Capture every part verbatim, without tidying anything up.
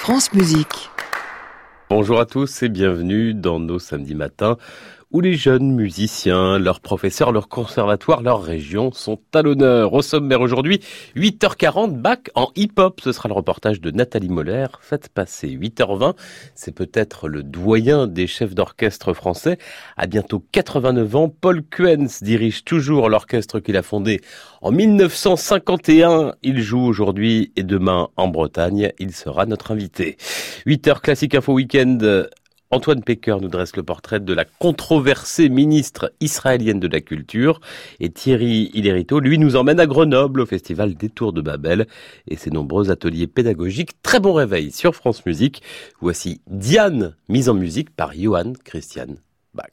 France Musique. Bonjour à tous et bienvenue dans nos samedis matins où les jeunes musiciens, leurs professeurs, leurs conservatoires, leurs régions sont à l'honneur. Au sommaire aujourd'hui, huit heures quarante, bac en hip-hop. Ce sera le reportage de Nathalie Moller. Faites passer huit heures vingt. C'est peut-être le doyen des chefs d'orchestre français. À bientôt quatre-vingt-neuf ans, Paul Kuens dirige toujours l'orchestre qu'il a fondé en mille neuf cent cinquante et un. Il joue aujourd'hui et demain en Bretagne. Il sera notre invité. huit heures classique info week-end. Antoine Pecker nous dresse le portrait de la controversée ministre israélienne de la Culture et Thierry Hillerito, lui, nous emmène à Grenoble au festival des Tours de Babel et ses nombreux ateliers pédagogiques. Très bon réveil sur France Musique. Voici Diane, mise en musique par Johann Christian Bach.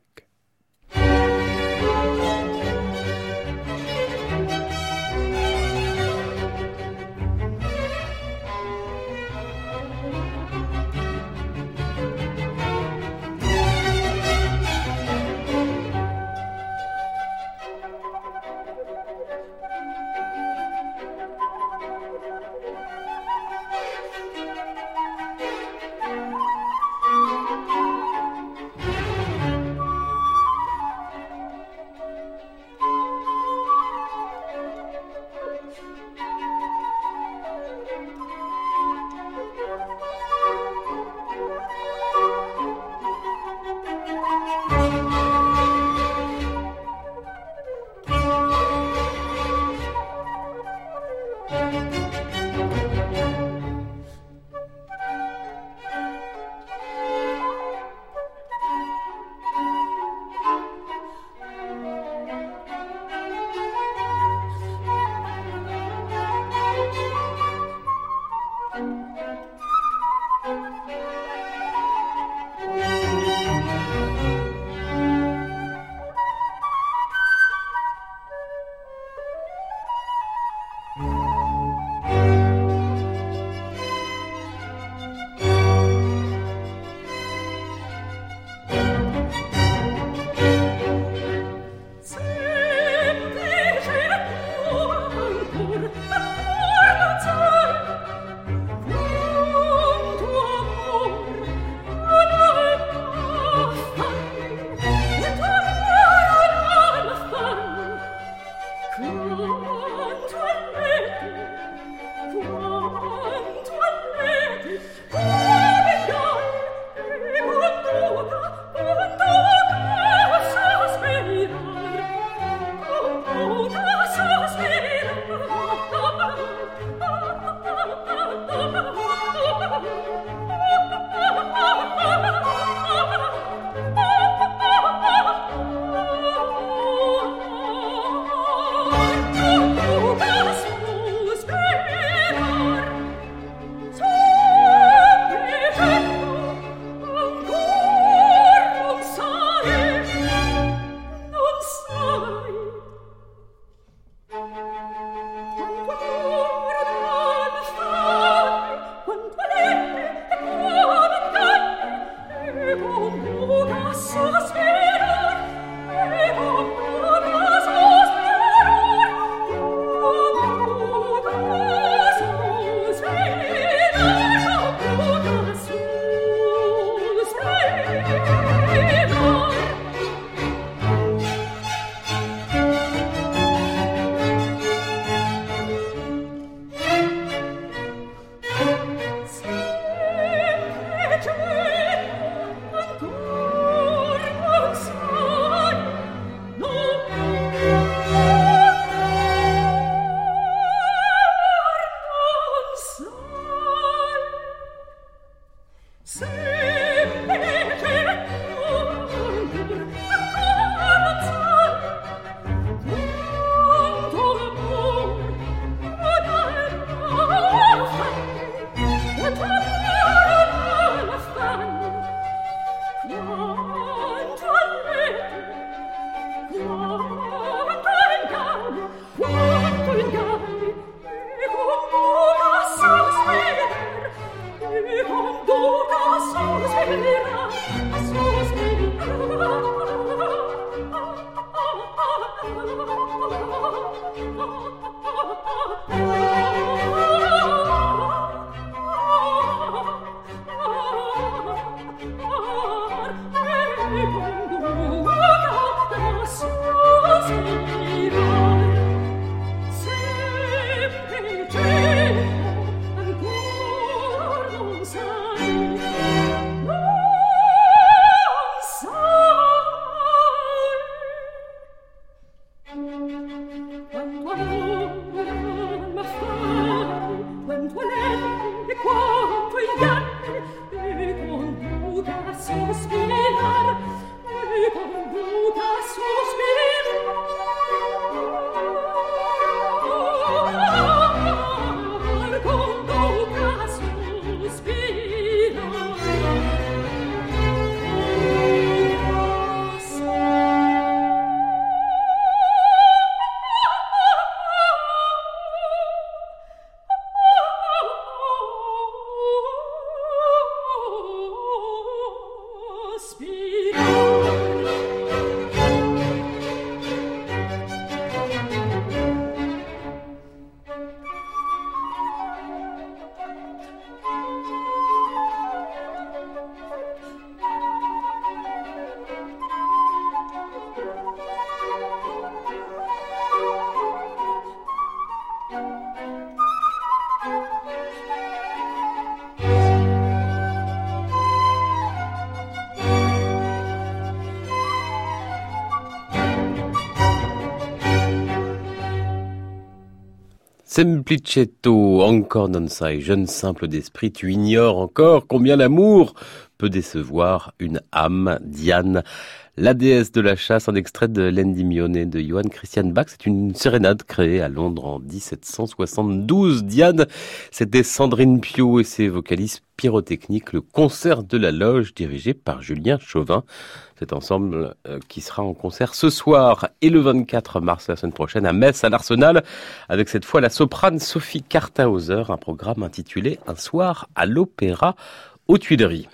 Semplicetto, encore non sai, jeune simple d'esprit, tu ignores encore combien l'amour peut décevoir une âme. Diane, la déesse de la chasse, un extrait de l'Endymione de Johann Christian Bach. C'est une sérénade créée à Londres en dix-sept cent soixante-douze. Diane, c'était Sandrine Piau et ses vocalistes pyrotechniques, le concert de la loge dirigé par Julien Chauvin. Cet ensemble euh, qui sera en concert ce soir et le vingt-quatre mars la semaine prochaine à Metz, à l'Arsenal, avec cette fois la soprane Sophie Karthauser, un programme intitulé Un soir à l'Opéra aux Tuileries.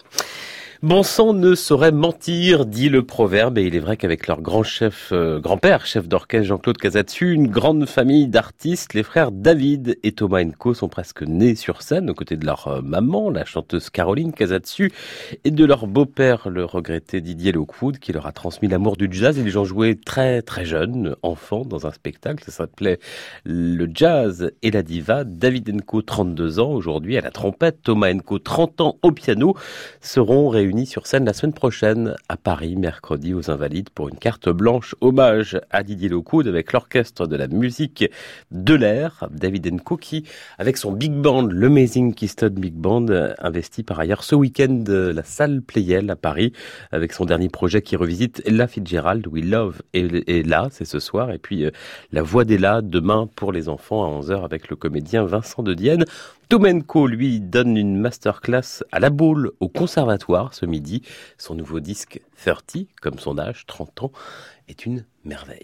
Bon sang ne saurait mentir, dit le proverbe, et il est vrai qu'avec leur grand chef, euh, grand-père, chef d'orchestre Jean-Claude Casatsu, une grande famille d'artistes, les frères David et Thomas Enko sont presque nés sur scène aux côtés de leur euh, maman, la chanteuse Caroline Casatsu, et de leur beau-père, le regretté Didier Lockwood, qui leur a transmis l'amour du jazz. Ils ont joué très très jeunes, enfants, dans un spectacle, ça s'appelait Le Jazz et la Diva. David Enko, trente-deux ans aujourd'hui, à la trompette, Thomas Enko, trente ans au piano, seront réunis sur scène la semaine prochaine à Paris, mercredi aux Invalides, pour une carte blanche hommage à Didier Lockwood avec l'orchestre de la musique de l'air, David Enko, qui, avec son big band, l'Amazing Keystone Big Band, investit par ailleurs ce week-end la salle Pleyel à Paris, avec son dernier projet qui revisite Ella Fitzgerald, We Love et là, c'est ce soir, et puis euh, La Voix d'Ella, demain pour les enfants à onze heures avec le comédien Vincent de Dienne. Thomas Enko, lui, donne une masterclass à la Baule au Conservatoire ce midi. Son nouveau disque trente, comme son âge, trente ans, est une merveille.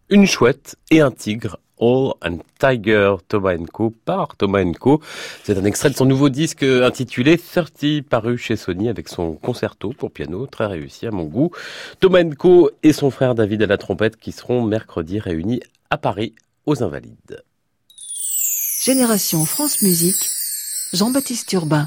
Une chouette et un tigre, All and Tiger, Thomas and Co, par Thomas and Co. C'est un extrait de son nouveau disque intitulé thirty, paru chez Sony avec son concerto pour piano, très réussi à mon goût. Thomas and Co et son frère David à la trompette qui seront mercredi réunis à Paris aux Invalides. Génération France Musique, Jean-Baptiste Urbain.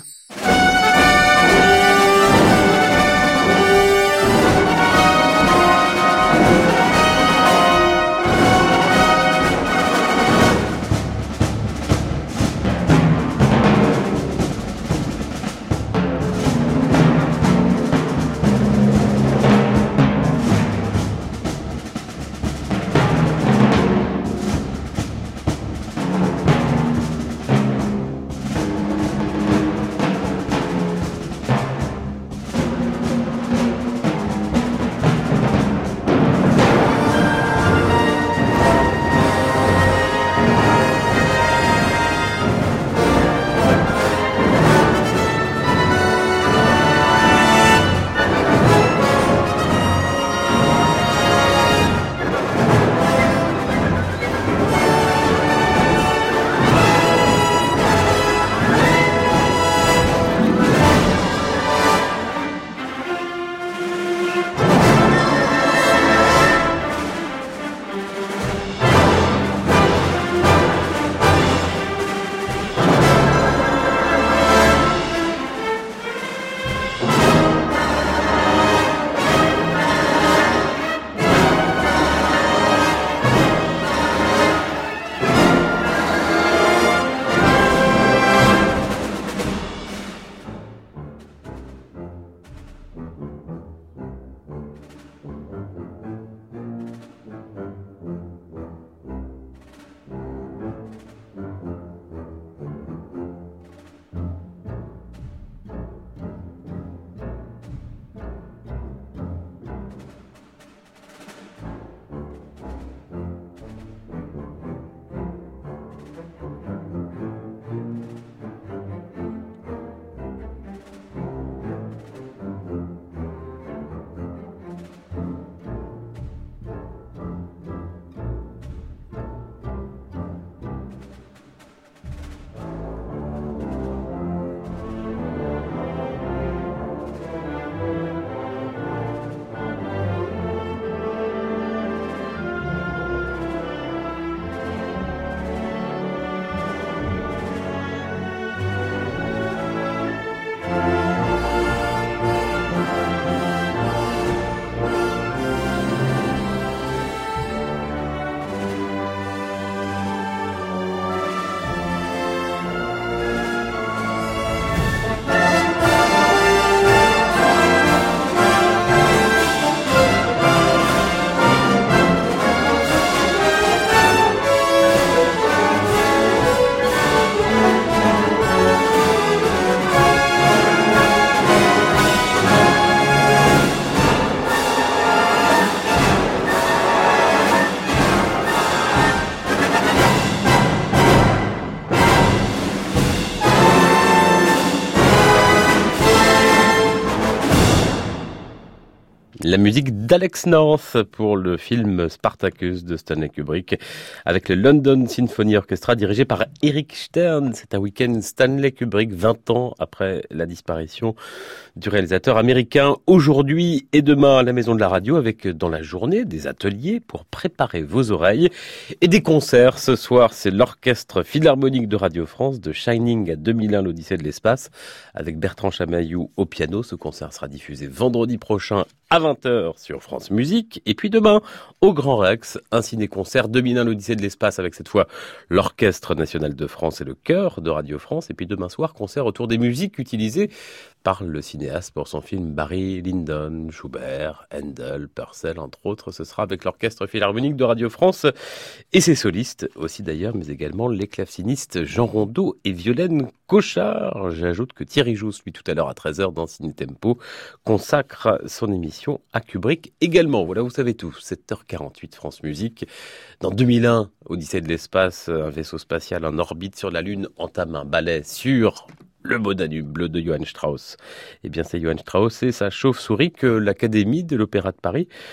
La musique d'Alex North pour le film Spartacus de Stanley Kubrick avec le London Symphony Orchestra dirigé par Eric Stern. C'est un week-end Stanley Kubrick, vingt ans après la disparition du réalisateur américain. Aujourd'hui et demain à la Maison de la Radio avec dans la journée des ateliers pour préparer vos oreilles et des concerts. Ce soir, c'est l'Orchestre Philharmonique de Radio France de Shining à deux mille un, l'Odyssée de l'espace avec Bertrand Chamaillou au piano. Ce concert sera diffusé vendredi prochain à vingt heures sur France Musique. Et puis demain, au Grand Rex, un ciné-concert deux mille un, l'Odyssée de l'espace avec cette fois l'Orchestre National de France et le Chœur de Radio France. Et puis demain soir, concert autour des musiques utilisées par le cinéaste pour son film Barry Lyndon, Schubert, Handel, Purcell, entre autres. Ce sera avec l'Orchestre Philharmonique de Radio France et ses solistes aussi d'ailleurs, mais également les clavecinistes Jean Rondeau et Violaine Cochard. J'ajoute que Thierry Jousse, lui tout à l'heure à treize heures dans Ciné Tempo, consacre son émission à Kubrick également. Voilà, vous savez tout. sept heures quarante-huit France Musique. Dans deux mille un, Odyssée de l'espace, un vaisseau spatial en orbite sur la Lune entame un ballet sur le beau Danube bleu de Johann Strauss. Eh bien, c'est Johann Strauss et sa chauve-souris que l'Académie de l'Opéra de Paris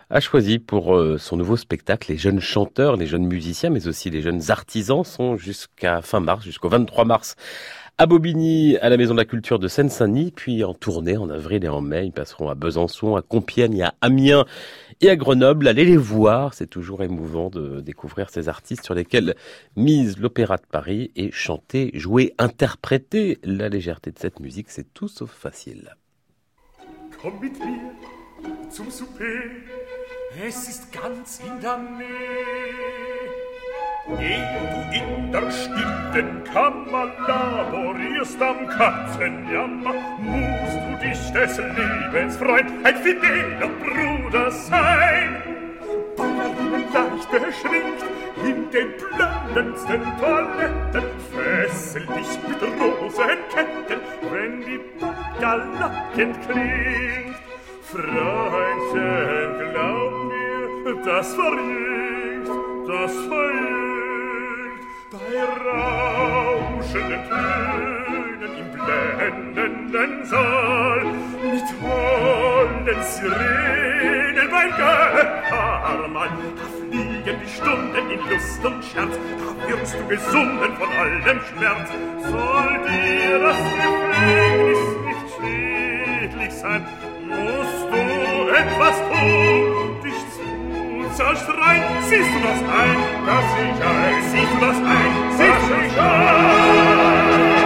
a choisi pour euh, son nouveau spectacle. Les jeunes chanteurs, les jeunes musiciens, mais aussi les jeunes artisans sont jusqu'à fin mars, jusqu'au vingt-trois mars, à Bobigny, à la Maison de la Culture de Seine-Saint-Denis, puis en tournée en avril et en mai. Ils passeront à Besançon, à Compiègne, à Amiens et à Grenoble. Allez les voir, c'est toujours émouvant de découvrir ces artistes sur lesquels mise l'Opéra de Paris, et chanter, jouer, interpréter la légèreté de cette musique, c'est tout sauf facile. Komm mit mir zum Souper, es ist ganz in der Nähe. Ehe du in der stillen Kammer laborierst am Katzenjammer, musst du dich des Lebens freuen, ein fideler Bruder sein. Ballerinnen leicht beschränkt in den blendendsten Toiletten, fessel dich mit Rosenketten, wenn die Galocken klingt. Freundchen, glaub mir, das verjüngt, das verjüngt. Bei rauschenden Tönen im blendenden Saal, mit holden Sirenen beim Geharrmal, da fliegen die Stunden in Lust und Scherz, da wirst du gesunden von allem Schmerz. Soll dir das Gefängnis nicht schädlich sein, musst du etwas tun, dich zu zerstreuen. Siehst du das ein, dass ich ein, siehst du das ein, siehst du ich ein.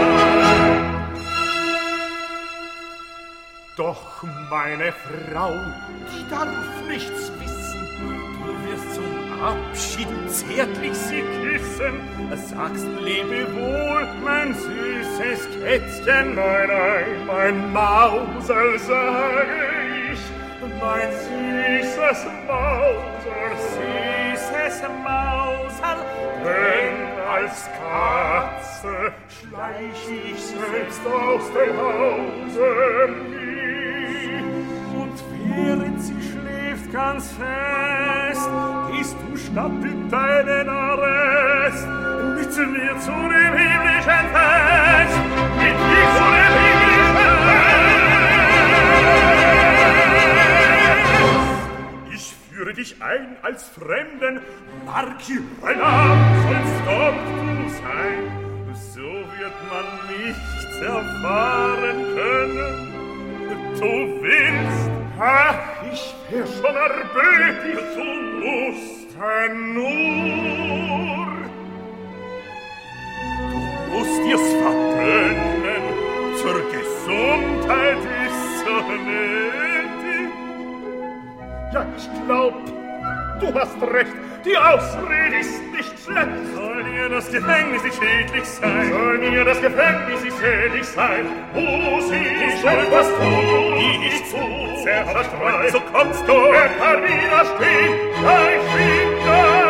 Doch meine Frau, die darf nichts wissen, du wirst zum Abschied zärtlich sie küssen, sagst lebewohl, mein süßes Kätzchen, nein, nein, mein Mausel, sage ich, mein süßes Mausel, süßes Mausel, denn als Katze schleich ich selbst aus dem Hause nie. Und während sie schläft ganz fest, gehst du statt in deinen Arrest mit mir zu dem himmlischen Fest, mit mir zu dem himmlischen Fest. Ich führe dich ein als Fremden, Marquis-Renard sollst dort du sein, so wird man nichts erfahren können. Du willst, ach, ich wär schon erbötig, du musst nur. Du musst dir's vergönnen, zur Gesundheit ist so nötig. Ja, ich glaub, du hast recht, die Ausrede ist nicht schlecht. Soll dir das Gefängnis nicht schädlich sein? Soll mir das Gefängnis nicht schädlich sein? Muss ich etwas tun, die ich zu zerstreuen? So kommst du, wer kann widerstehen? Ich bin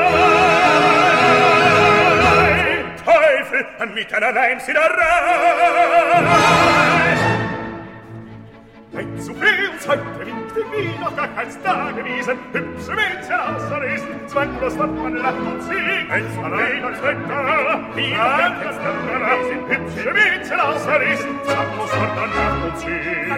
dein Teufel mit einer Leimsiederei. Ein zu viel Zeit winkte wie noch gar keins dagewesen. Hübsche Mädchen außerlesen, zwanglos wird man lacht und singt. Ein zu viel Zeit wie noch gar keins dagewesen. Hübsche Mädchen außerlesen, zwanglos wird man lacht und singt.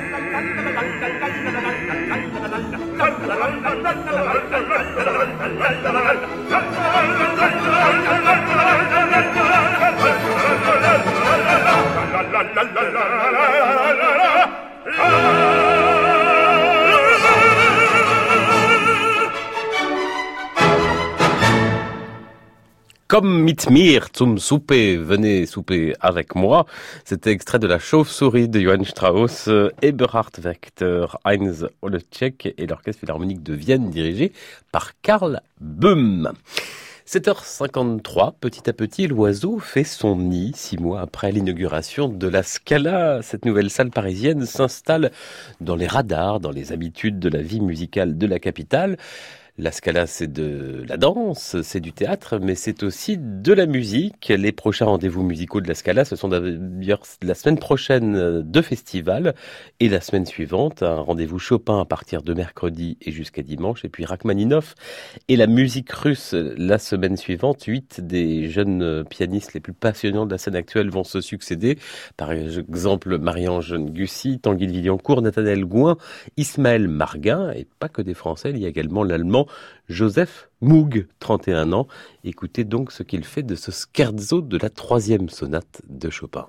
Comme mit mir zum Souper, venez souper avec moi. C'était extrait de La Chauve-souris de Johann Strauss, Eberhard Wächter, Heinz Oleczek et l'Orchestre Philharmonique de Vienne dirigé par Karl Böhm. sept heures cinquante-trois, petit à petit, l'oiseau fait son nid. Six mois après l'inauguration de la Scala, cette nouvelle salle parisienne s'installe dans les radars, dans les habitudes de la vie musicale de la capitale. La Scala, c'est de la danse, c'est du théâtre, mais c'est aussi de la musique. Les prochains rendez-vous musicaux de la Scala, ce sont d'ailleurs la semaine prochaine deux festivals et la semaine suivante, un rendez-vous Chopin à partir de mercredi et jusqu'à dimanche, et puis Rachmaninoff et la musique russe la semaine suivante. Huit des jeunes pianistes les plus passionnants de la scène actuelle vont se succéder. Par exemple, Marie-Ange Gussi, Tanguy de Villancourt, Nathanaël Gouin, Ismaël Marguin, et pas que des Français, il y a également l'Allemand Joseph Moog, trente et un ans. Écoutez donc ce qu'il fait de ce scherzo de la troisième sonate de Chopin.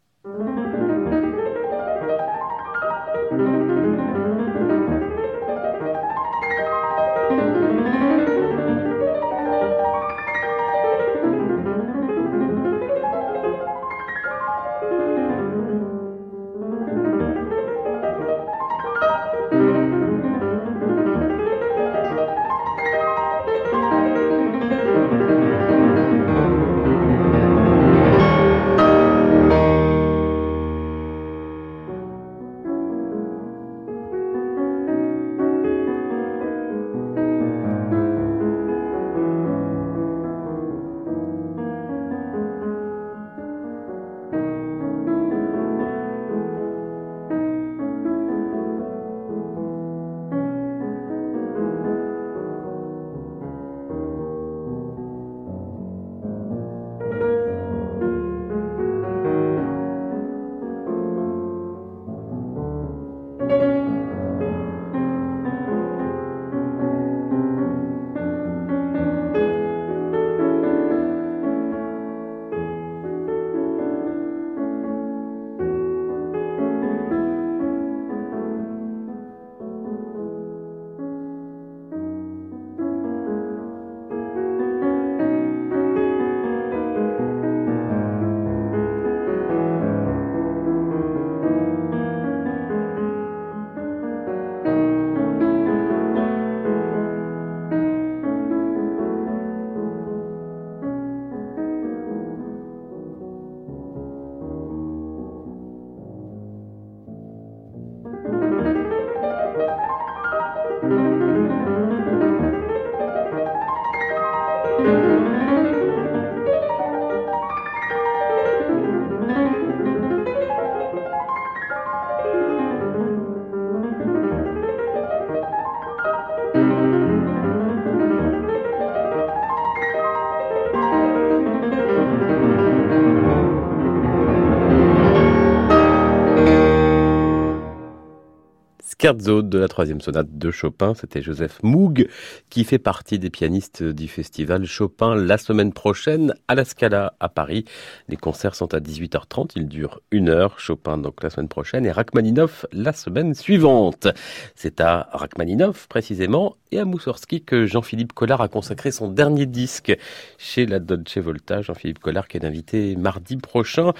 Scherzo de la troisième sonate de Chopin, c'était Joseph Moog qui fait partie des pianistes du festival Chopin la semaine prochaine à la Scala à Paris. Les concerts sont à dix-huit heures trente, ils durent une heure. Chopin donc la semaine prochaine et Rachmaninoff la semaine suivante. C'est à Rachmaninoff précisément et à Moussorgsky que Jean-Philippe Collard a consacré son dernier disque chez la Dolce Volta. Jean-Philippe Collard qui est invité mardi prochain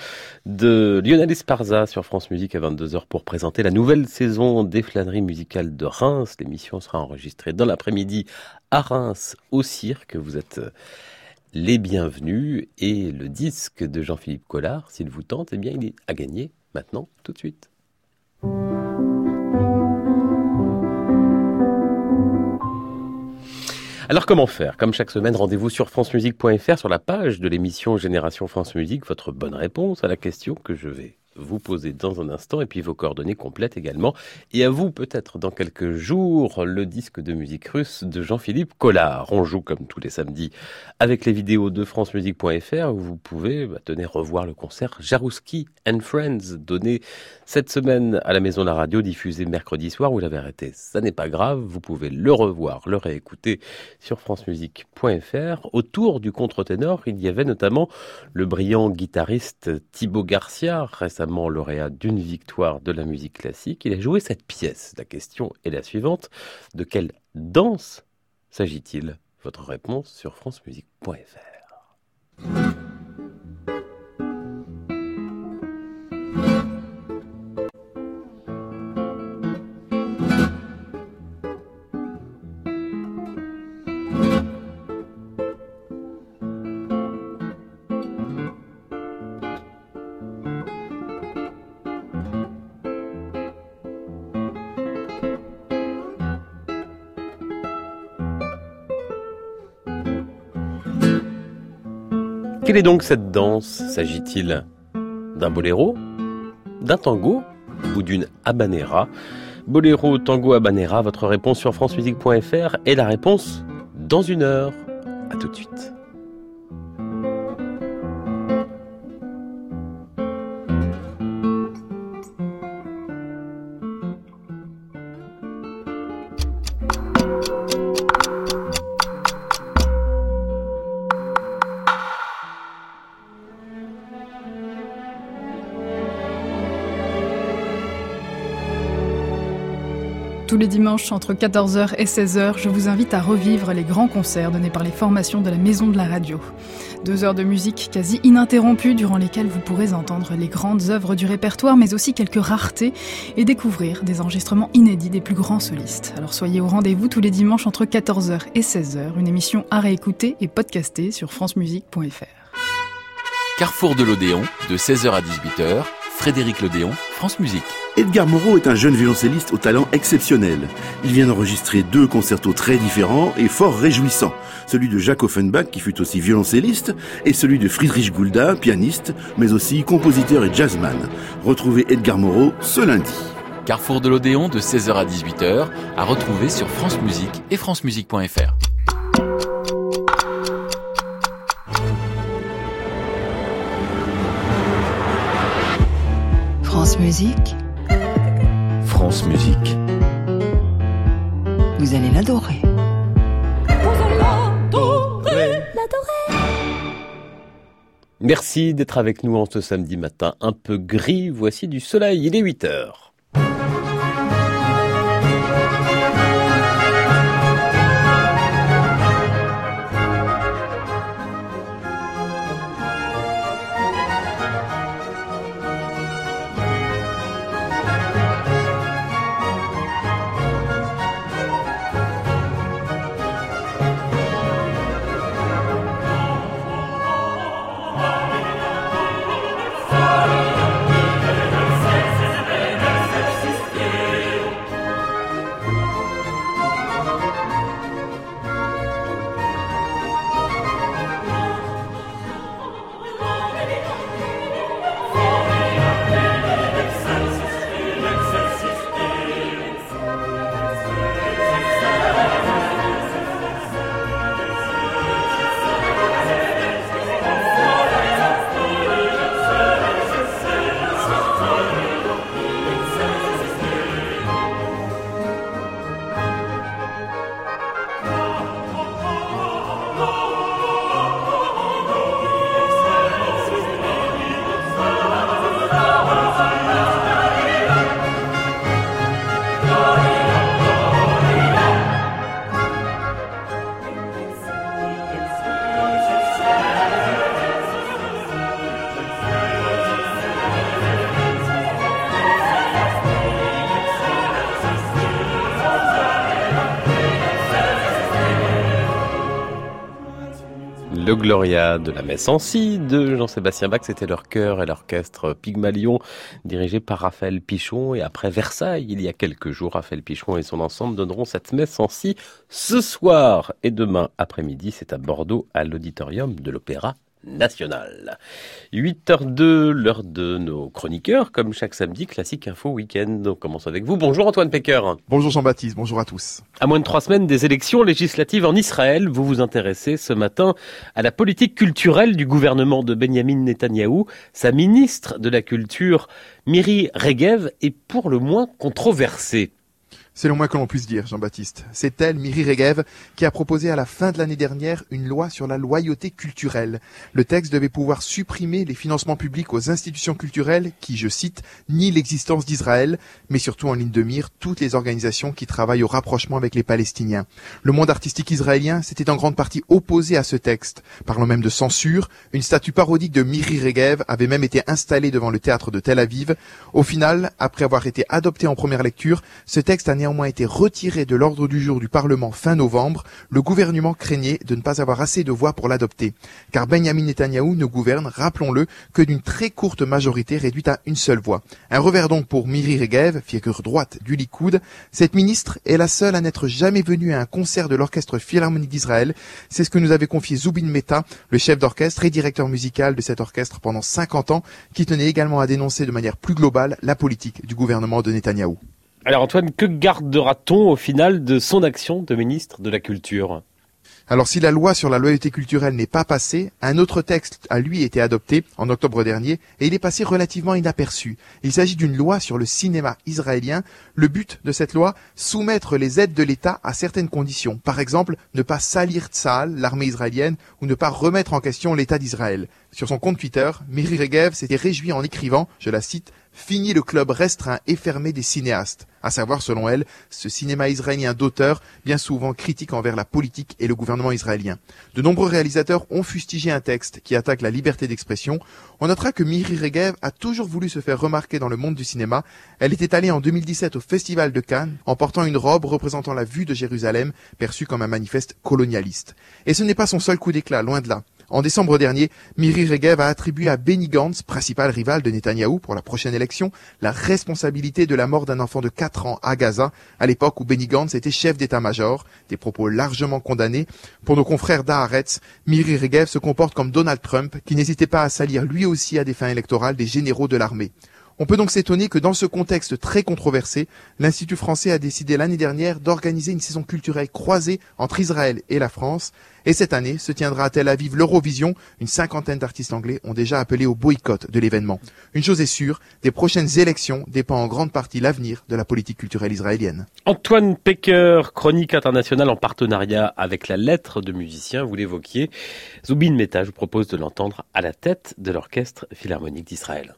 de Lionel Esparza sur France Musique à vingt-deux heures pour présenter la nouvelle saison des flâneries musicales de Reims. L'émission sera enregistrée dans l'après-midi à Reims au cirque. Vous êtes les bienvenus et le disque de Jean-Philippe Collard, s'il vous tente, eh bien il est à gagner maintenant, tout de suite. Alors comment faire? Comme chaque semaine, rendez-vous sur francemusique point f r sur la page de l'émission Génération France Musique, votre bonne réponse à la question que je vais vous poser dans un instant et puis vos coordonnées complètes également. Et à vous peut-être dans quelques jours le disque de musique russe de Jean-Philippe Collard. On joue comme tous les samedis avec les vidéos de francemusique point f r où vous pouvez bah, tenez, revoir le concert Jarouski and Friends donné cette semaine à la Maison de la Radio, diffusé mercredi soir. Vous l'avez arrêté, ça n'est pas grave, vous pouvez le revoir, le réécouter sur francemusique point f r. Autour du contre-ténor, il y avait notamment le brillant guitariste Thibaut Garcia, récemment lauréat d'une victoire de la musique classique. Il a joué cette pièce. La question est la suivante. De quelle danse s'agit-il? Votre réponse sur francemusique point f r. Quelle est donc cette danse? S'agit-il d'un boléro, d'un tango ou d'une habanera? Boléro, tango, habanera, votre réponse sur francemusique point f r et la réponse dans une heure. À tout de suite. Tous les dimanches, entre quatorze heures et seize heures, je vous invite à revivre les grands concerts donnés par les formations de la Maison de la Radio. Deux heures de musique quasi ininterrompue durant lesquelles vous pourrez entendre les grandes œuvres du répertoire, mais aussi quelques raretés et découvrir des enregistrements inédits des plus grands solistes. Alors soyez au rendez-vous tous les dimanches entre quatorze heures et seize heures, une émission à réécouter et podcaster sur francemusique point f r. Carrefour de l'Odéon, de seize heures à dix-huit heures, Frédéric Lodéon, France Musique. Edgar Moreau est un jeune violoncelliste au talent exceptionnel. Il vient d'enregistrer deux concertos très différents et fort réjouissants. Celui de Jacques Offenbach, qui fut aussi violoncelliste, et celui de Friedrich Gulda, pianiste, mais aussi compositeur et jazzman. Retrouvez Edgar Moreau ce lundi. Carrefour de l'Odéon, de seize heures à dix-huit heures, à retrouver sur France Musique et francemusique point f r. France Musique, France Musique. vous allez l'adorer. Merci d'être avec nous en ce samedi matin un peu gris. Voici du soleil, il est huit heures. Le Gloria de la messe en si de Jean-Sébastien Bach, c'était leur chœur et l'orchestre Pygmalion dirigé par Raphaël Pichon. Et après Versailles, il y a quelques jours, Raphaël Pichon et son ensemble donneront cette messe en si ce soir. Et demain après-midi, c'est à Bordeaux, à l'auditorium de l'Opéra National. huit heures deux, l'heure de nos chroniqueurs, comme chaque samedi, Classique Info Week-end. On commence avec vous. Bonjour Antoine Pecker. Bonjour Jean-Baptiste, bonjour à tous. À moins de trois semaines des élections législatives en Israël, vous vous intéressez ce matin à la politique culturelle du gouvernement de Benyamin Netanyahou. Sa ministre de la Culture, Miri Regev, est pour le moins controversée. C'est le moins que l'on puisse dire, Jean-Baptiste. C'est elle, Miri Regev, qui a proposé à la fin de l'année dernière une loi sur la loyauté culturelle. Le texte devait pouvoir supprimer les financements publics aux institutions culturelles qui, je cite, nient l'existence d'Israël, mais surtout en ligne de mire toutes les organisations qui travaillent au rapprochement avec les Palestiniens. Le monde artistique israélien s'était en grande partie opposé à ce texte. Parlant même de censure, une statue parodique de Miri Regev avait même été installée devant le théâtre de Tel Aviv. Au final, après avoir été adopté en première lecture, ce texte a néanmoins néanmoins été retiré de l'ordre du jour du Parlement fin novembre, le gouvernement craignait de ne pas avoir assez de voix pour l'adopter. Car Benjamin Netanyahou ne gouverne, rappelons-le, que d'une très courte majorité réduite à une seule voix. Un revers donc pour Miri Regev, figure droite du Likoud. Cette ministre est la seule à n'être jamais venue à un concert de l'Orchestre Philharmonique d'Israël. C'est ce que nous avait confié Zubin Mehta, le chef d'orchestre et directeur musical de cet orchestre pendant cinquante ans, qui tenait également à dénoncer de manière plus globale la politique du gouvernement de Netanyahou. Alors Antoine, que gardera-t-on au final de son action de ministre de la Culture ? Alors si la loi sur la loyauté culturelle n'est pas passée, un autre texte a lui été adopté en octobre dernier et il est passé relativement inaperçu. Il s'agit d'une loi sur le cinéma israélien. Le but de cette loi, soumettre les aides de l'État à certaines conditions. Par exemple, ne pas salir Tsahal, l'armée israélienne, ou ne pas remettre en question l'État d'Israël. Sur son compte Twitter, Miri Regev s'était réjoui en écrivant, je la cite, « Fini le club restreint et fermé des cinéastes », à savoir, selon elle, ce cinéma israélien d'auteur, bien souvent critique envers la politique et le gouvernement israélien. De nombreux réalisateurs ont fustigé un texte qui attaque la liberté d'expression. On notera que Miri Regev a toujours voulu se faire remarquer dans le monde du cinéma. Elle était allée en deux mille dix-sept au Festival de Cannes en portant une robe représentant la vue de Jérusalem, perçue comme un manifeste colonialiste. Et ce n'est pas son seul coup d'éclat, loin de là. En décembre dernier, Miri Regev a attribué à Benny Gantz, principal rival de Netanyahou pour la prochaine élection, la responsabilité de la mort d'un enfant de quatre ans à Gaza, à l'époque où Benny Gantz était chef d'état-major. Des propos largement condamnés. Pour nos confrères d'Haaretz, Miri Regev se comporte comme Donald Trump, qui n'hésitait pas à salir lui aussi à des fins électorales des généraux de l'armée. On peut donc s'étonner que dans ce contexte très controversé, l'Institut français a décidé l'année dernière d'organiser une saison culturelle croisée entre Israël et la France. Et cette année se tiendra à Tel Aviv l'Eurovision. Une cinquantaine d'artistes anglais ont déjà appelé au boycott de l'événement. Une chose est sûre, des prochaines élections dépend en grande partie l'avenir de la politique culturelle israélienne. Antoine Pecker, chronique internationale en partenariat avec la lettre de musicien, vous l'évoquiez. Zubin Mehta, je vous propose de l'entendre à la tête de l'Orchestre Philharmonique d'Israël.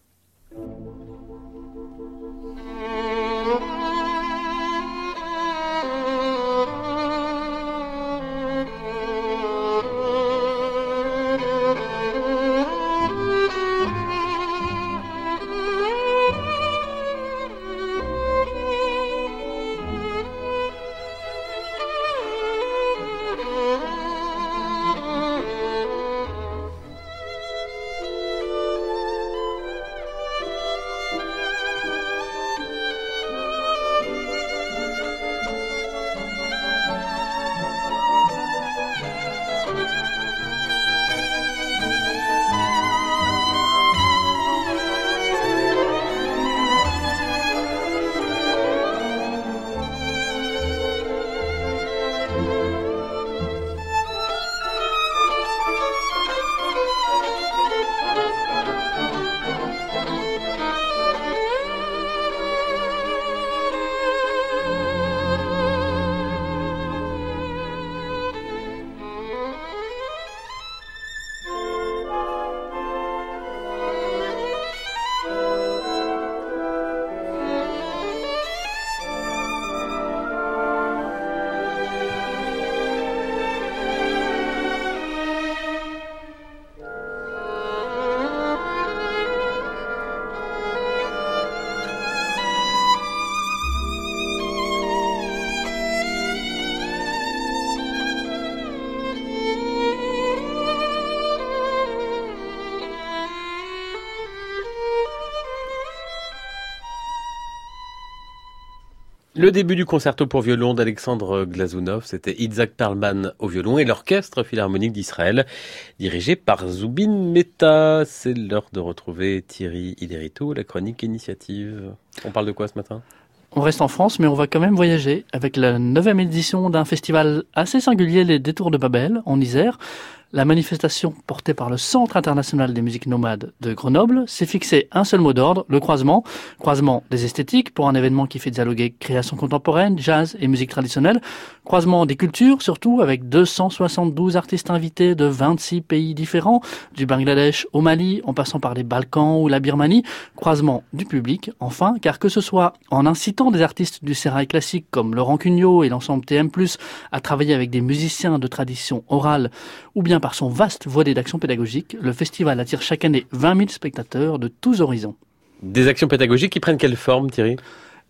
Le début du concerto pour violon d'Alexandre Glazunov, c'était Itzhak Perlman au violon et l'Orchestre Philharmonique d'Israël, dirigé par Zubin Mehta. C'est l'heure de retrouver Thierry Iderito, la chronique initiative. On parle de quoi ce matin ? On reste en France, mais on va quand même voyager avec la neuvième édition d'un festival assez singulier, les Détours de Babel, en Isère. La manifestation portée par le Centre international des musiques nomades de Grenoble s'est fixée un seul mot d'ordre, le croisement. Croisement des esthétiques pour un événement qui fait dialoguer création contemporaine, jazz et musique traditionnelle. Croisement des cultures surtout avec deux cent soixante-douze artistes invités de vingt-six pays différents, du Bangladesh au Mali en passant par les Balkans ou la Birmanie. Croisement du public enfin, car que ce soit en incitant des artistes du sérail classique comme Laurent Cugnot et l'ensemble T M plus, à travailler avec des musiciens de tradition orale ou bien par son vaste volet d'action pédagogique, le festival attire chaque année vingt mille spectateurs de tous horizons. Des actions pédagogiques qui prennent quelle forme, Thierry ?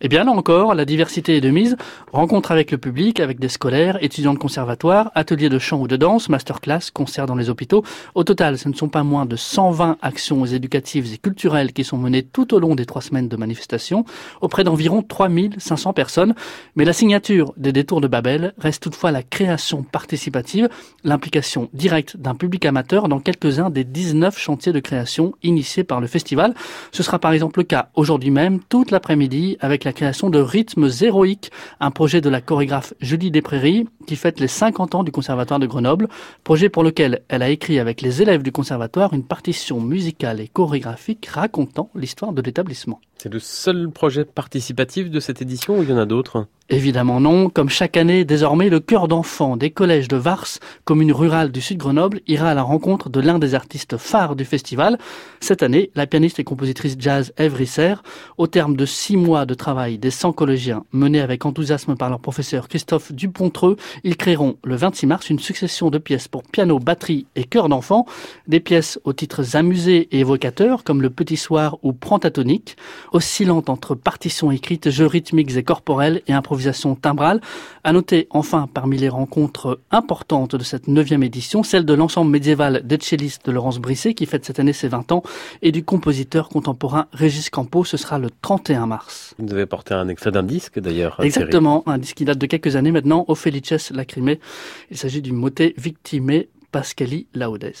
Eh bien là encore, la diversité est de mise. Rencontre avec le public, avec des scolaires, étudiants de conservatoire, ateliers de chant ou de danse, masterclass, concerts dans les hôpitaux. Au total, ce ne sont pas moins de cent vingt actions éducatives et culturelles qui sont menées tout au long des trois semaines de manifestation, auprès d'environ trois mille cinq cents personnes. Mais la signature des Détours de Babel reste toutefois la création participative, l'implication directe d'un public amateur dans quelques-uns des dix-neuf chantiers de création initiés par le festival. Ce sera par exemple le cas aujourd'hui même, toute l'après-midi, avec la création de Rythmes héroïques, un projet de la chorégraphe Julie Desprairies qui fête les cinquante ans du Conservatoire de Grenoble, projet pour lequel elle a écrit avec les élèves du Conservatoire une partition musicale et chorégraphique racontant l'histoire de l'établissement. C'est le seul projet participatif de cette édition ou il y en a d'autres ? Évidemment non. Comme chaque année, désormais, le chœur d'enfants des collèges de Vars, commune rurale du sud Grenoble, ira à la rencontre de l'un des artistes phares du festival. Cette année, la pianiste et compositrice jazz Ève Risser, au terme de six mois de travail des cent collégiens menés avec enthousiasme par leur professeur Christophe Dupontreux, ils créeront le vingt-six mars une succession de pièces pour piano, batterie et chœur d'enfants, des pièces aux titres amusés et évocateurs comme Le Petit Soir ou Pentatonique, oscillant entre partitions écrites, jeux rythmiques et corporels et improvisation timbrale. À noter enfin parmi les rencontres importantes de cette neuvième édition, celle de l'ensemble médiéval des cellistes de Laurence Brisset qui fête cette année ses vingt ans et du compositeur contemporain Régis Campo. Ce sera le trente et un mars. Vous avez porté un extrait d'un disque d'ailleurs. Exactement, un disque qui date de quelques années maintenant, Au Felices Lacrimé. Il s'agit du motet Victime Pascali Laudes.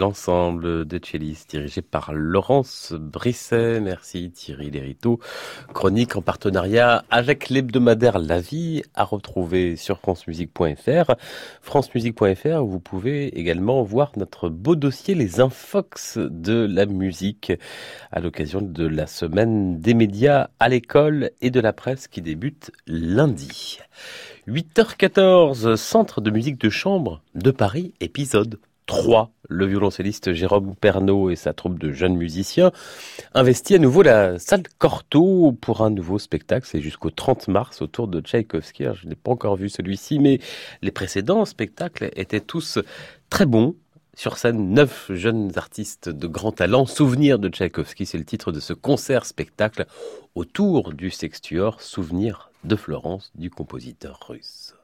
l'ensemble de cellistes dirigé par Laurence Brisset. Merci Thierry Lériteau. Chronique en partenariat avec l'hebdomadaire La Vie à retrouver sur francemusique point f r. francemusique point f r où vous pouvez également voir notre beau dossier Les Infox de la musique à l'occasion de la semaine des médias à l'école et de la presse qui débute lundi. huit heures quatorze, Centre de musique de chambre de Paris, épisode trois. Le violoncelliste Jérôme Pernaut et sa troupe de jeunes musiciens investit à nouveau la salle Cortot pour un nouveau spectacle. C'est jusqu'au trente mars autour de Tchaïkovski. Alors, je n'ai pas encore vu celui-ci, mais les précédents spectacles étaient tous très bons. Sur scène, neuf jeunes artistes de grand talent. Souvenir de Tchaïkovski, c'est le titre de ce concert-spectacle autour du sextuor Souvenir de Florence du compositeur russe.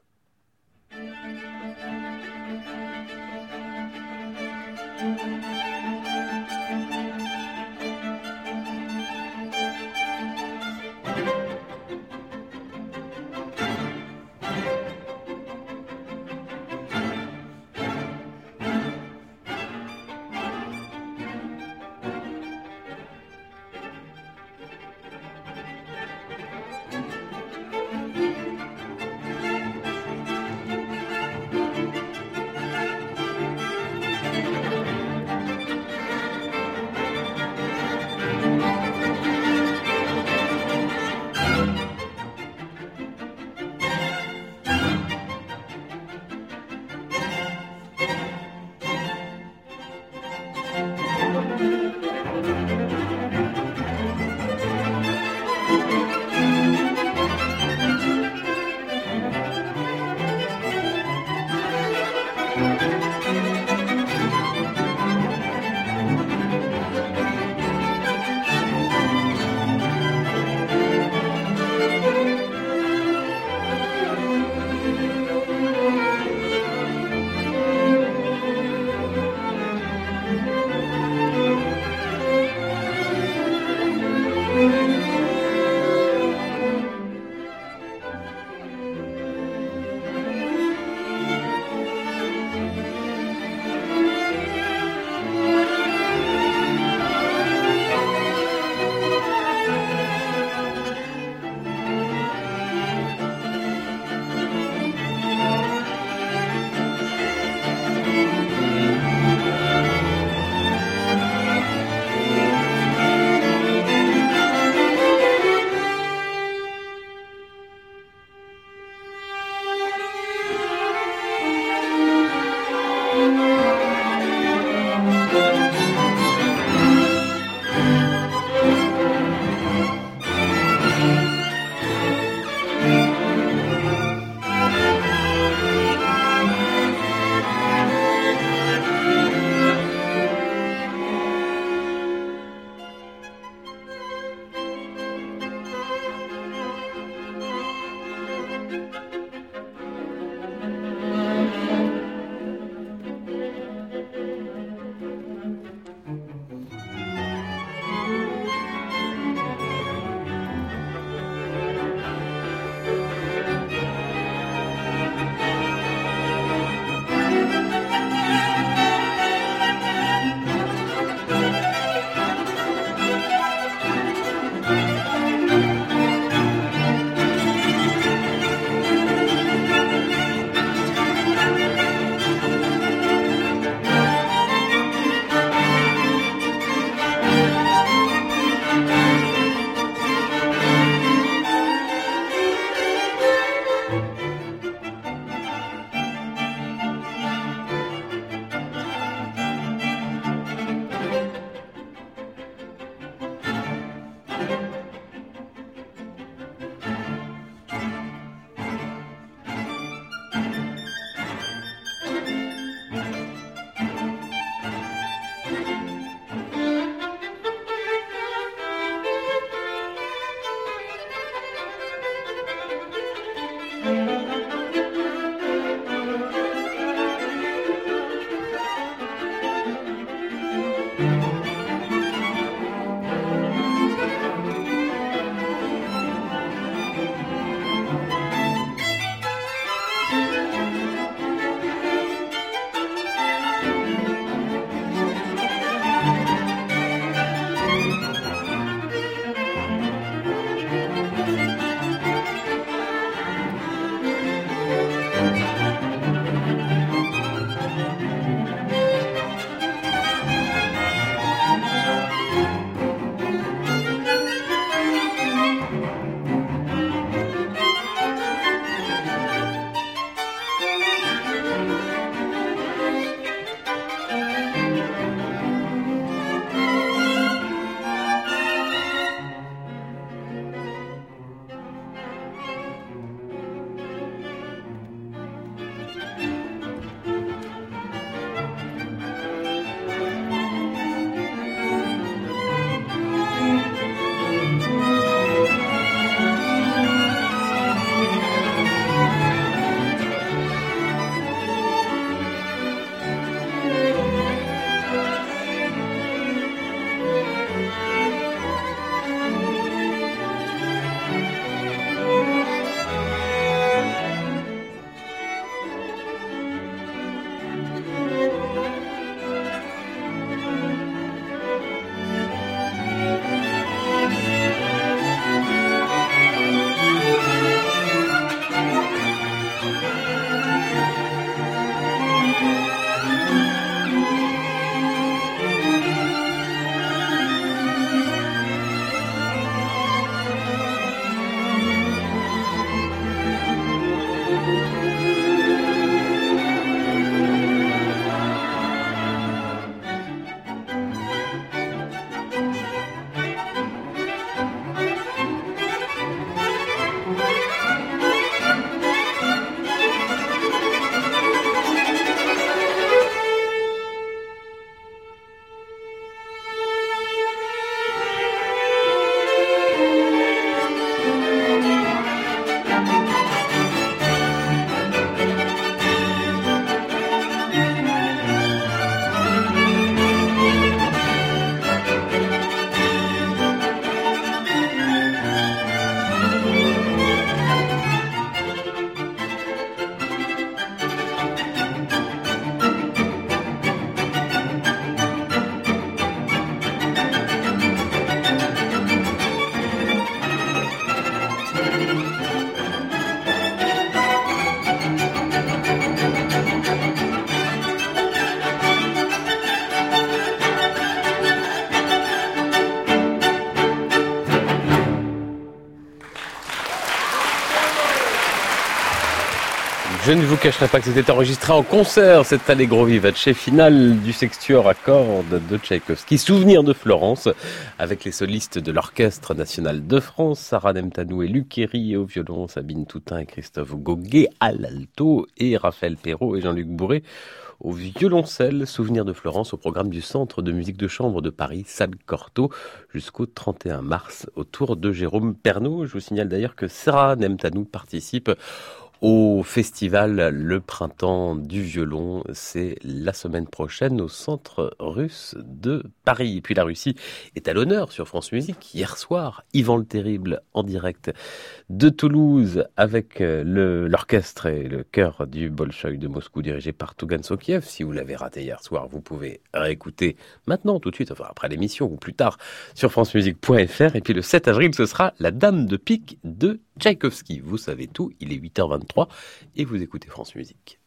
Je ne vous cacherai pas que c'était enregistré en concert, cet Allegro vivace final du sextuor à cordes de Tchaïkovski. Souvenir de Florence, avec les solistes de l'Orchestre national de France, Sarah Nemtanou et Luc Héry au violon, Sabine Toutain et Christophe Goguet à l'alto, et Raphaël Perrault et Jean-Luc Bourré au violoncelle. Souvenir de Florence au programme du Centre de musique de chambre de Paris, salle Cortot, jusqu'au trente et un mars, autour de Jérôme Pernaut. Je vous signale d'ailleurs que Sarah Nemtanou participe au festival Le Printemps du Violon. C'est la semaine prochaine au Centre Russe de Paris. Et puis la Russie est à l'honneur sur France Musique. Hier soir, Yvan le Terrible en direct de Toulouse avec le, l'orchestre et le chœur du Bolchoï de Moscou dirigé par Tougan Sokiev. Si vous l'avez raté hier soir, vous pouvez réécouter maintenant, tout de suite, enfin après l'émission ou plus tard sur francemusique point f r. Et puis le sept avril, ce sera La Dame de Pique de Tchaïkovski. Vous savez tout, il est huit heures vingt-trois et vous écoutez France Musique.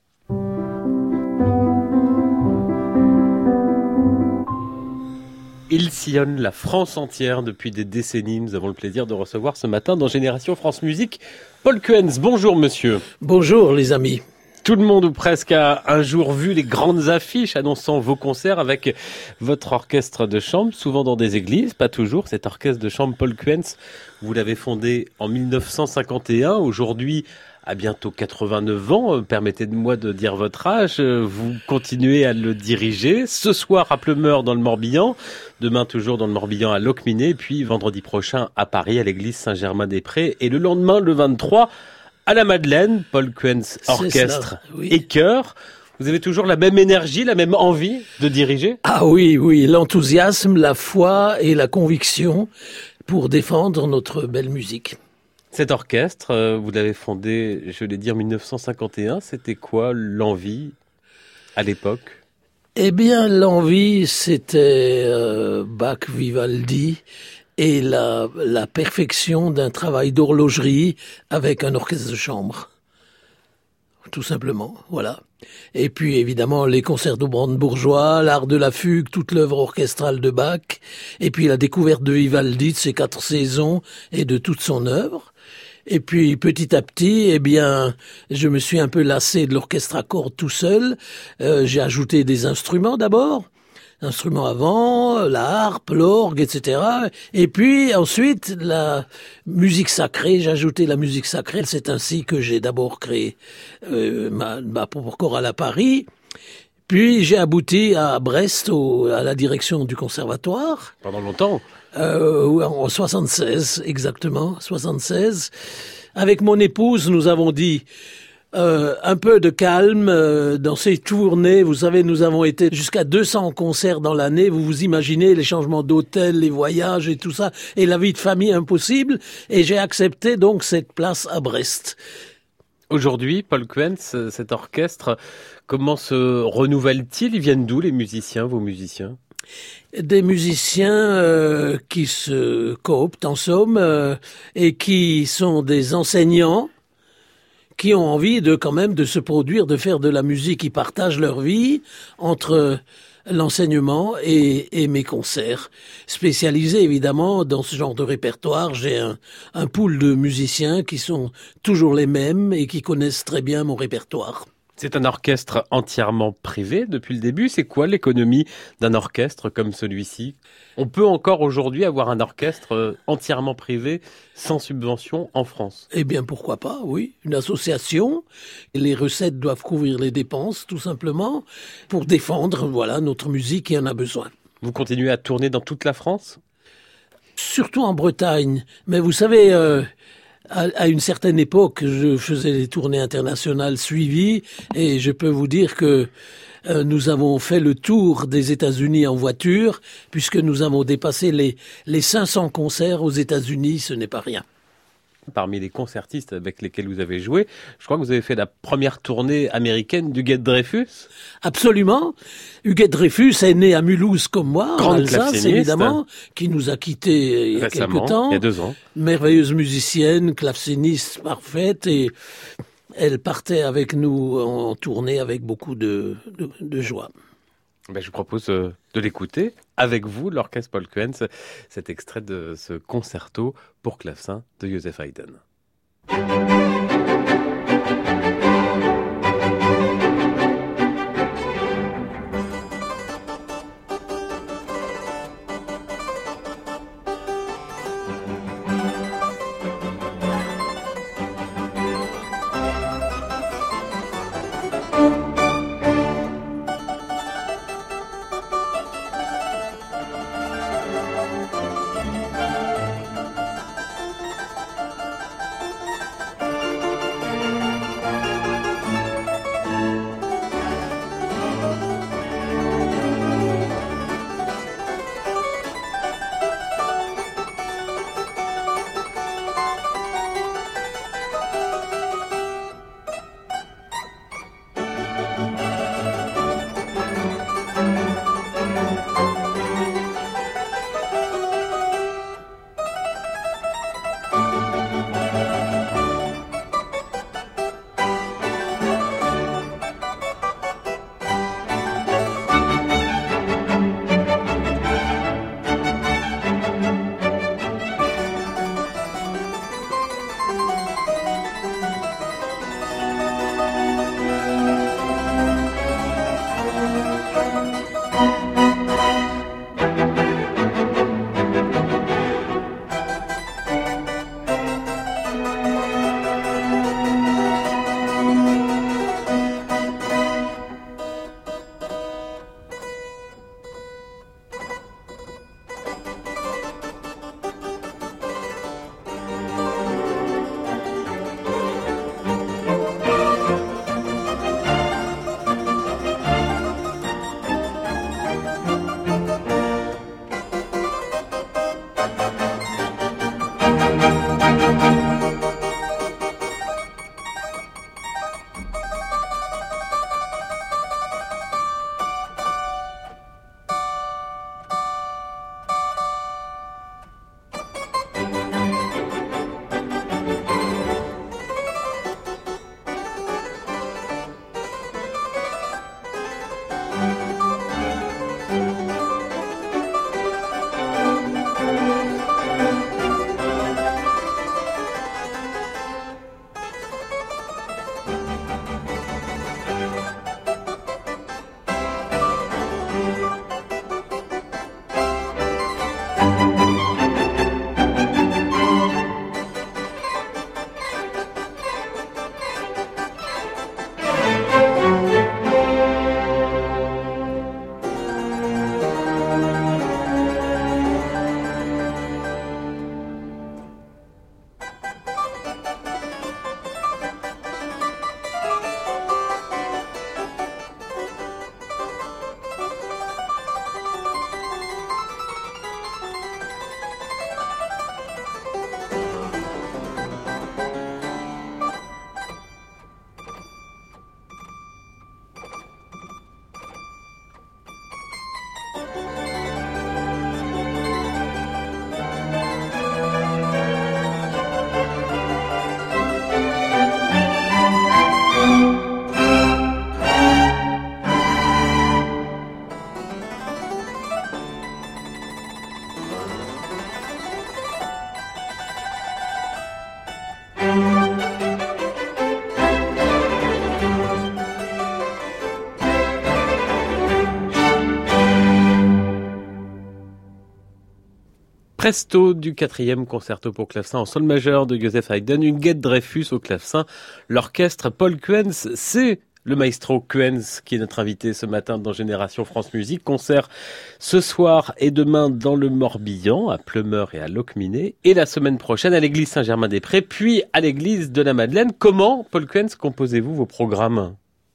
Il sillonne la France entière depuis des décennies. Nous avons le plaisir de recevoir ce matin dans Génération France Musique Paul Kuens. Bonjour monsieur. Bonjour les amis. Tout le monde ou presque a un jour vu les grandes affiches annonçant vos concerts avec votre orchestre de chambre, souvent dans des églises, pas toujours. Cet orchestre de chambre Paul Kuens, vous l'avez fondé en mille neuf cent cinquante et un. Aujourd'hui, à bientôt quatre-vingt-neuf ans, permettez-moi de dire votre âge, vous continuez à le diriger. Ce soir à Pleumeur dans le Morbihan, demain toujours dans le Morbihan à Locminé, puis vendredi prochain à Paris à l'église Saint-Germain-des-Prés, et le lendemain, le vingt-trois, à la Madeleine, Paul Kuens, orchestre oui. et chœur. Vous avez toujours la même énergie, la même envie de diriger ? Ah oui, oui, l'enthousiasme, la foi et la conviction pour défendre notre belle musique. Cet orchestre, vous l'avez fondé, je l'ai dit, en mille neuf cent cinquante et un. C'était quoi l'envie à l'époque ? Eh bien, l'envie, c'était euh, Bach, Vivaldi et la, la perfection d'un travail d'horlogerie avec un orchestre de chambre. Tout simplement, voilà. Et puis, évidemment, les concertos brandebourgeois, l'art de la fugue, toute l'œuvre orchestrale de Bach, et puis la découverte de Vivaldi, de ses quatre saisons et de toute son œuvre. Et puis, petit à petit, eh bien, je me suis un peu lassé de l'orchestre à cordes tout seul. Euh, j'ai ajouté des instruments d'abord. Instruments avant, la harpe, l'orgue, et cetera. Et puis ensuite, la musique sacrée, j'ai ajouté la musique sacrée. C'est ainsi que j'ai d'abord créé euh, ma, ma propre chorale à Paris. Puis j'ai abouti à Brest, au, à la direction du conservatoire. Pendant longtemps euh, En soixante-seize, exactement, soixante-seize. Avec mon épouse, nous avons dit... Euh, un peu de calme euh, dans ces tournées. Vous savez, nous avons été jusqu'à deux cents concerts dans l'année. Vous vous imaginez les changements d'hôtel, les voyages et tout ça, et la vie de famille impossible. Et j'ai accepté donc cette place à Brest. Aujourd'hui, Paul Kuens, cet orchestre, comment se renouvelle-t-il ? Ils viennent d'où les musiciens, vos musiciens ? Des musiciens euh, qui se cooptent en somme euh, et qui sont des enseignants qui ont envie de quand même de se produire, de faire de la musique, qui partagent leur vie entre l'enseignement et, et mes concerts. Spécialisés évidemment dans ce genre de répertoire, j'ai un, un pool de musiciens qui sont toujours les mêmes et qui connaissent très bien mon répertoire. C'est un orchestre entièrement privé depuis le début. C'est quoi l'économie d'un orchestre comme celui-ci ? On peut encore aujourd'hui avoir un orchestre entièrement privé sans subvention en France ? Eh bien, pourquoi pas, oui. Une association. Les recettes doivent couvrir les dépenses, tout simplement, pour défendre, voilà, notre musique qui en a besoin. Vous continuez à tourner dans toute la France ? Surtout en Bretagne. Mais vous savez... Euh, À une certaine époque, je faisais des tournées internationales suivies et je peux vous dire que euh, nous avons fait le tour des États-Unis en voiture puisque nous avons dépassé les, les cinq cents concerts aux États-Unis, ce n'est pas rien. Parmi les concertistes avec lesquels vous avez joué, je crois que vous avez fait la première tournée américaine d'Huguette Dreyfus. Absolument. Huguette Dreyfus est née à Mulhouse comme moi, en Alsace évidemment, qui nous a quittés il y a récemment, quelque temps. Il y a deux ans. Merveilleuse musicienne, claveciniste parfaite, et elle partait avec nous en tournée avec beaucoup de, de, de joie. Ben, je vous propose euh, de l'écouter avec vous, l'orchestre Paul Kuens, cet extrait de ce concerto pour clavecin de Joseph Haydn. Presto du quatrième concerto pour clavecin en sol majeur de Joseph Haydn, une guette Dreyfus au clavecin. L'orchestre Paul Kuens, c'est le maestro Kuens qui est notre invité ce matin dans Génération France Musique. Concert ce soir et demain dans le Morbihan, à Pleumeur et à Locminé. Et la semaine prochaine à l'église Saint-Germain-des-Prés, puis à l'église de la Madeleine. Comment, Paul Kuens, composez-vous vos programmes ?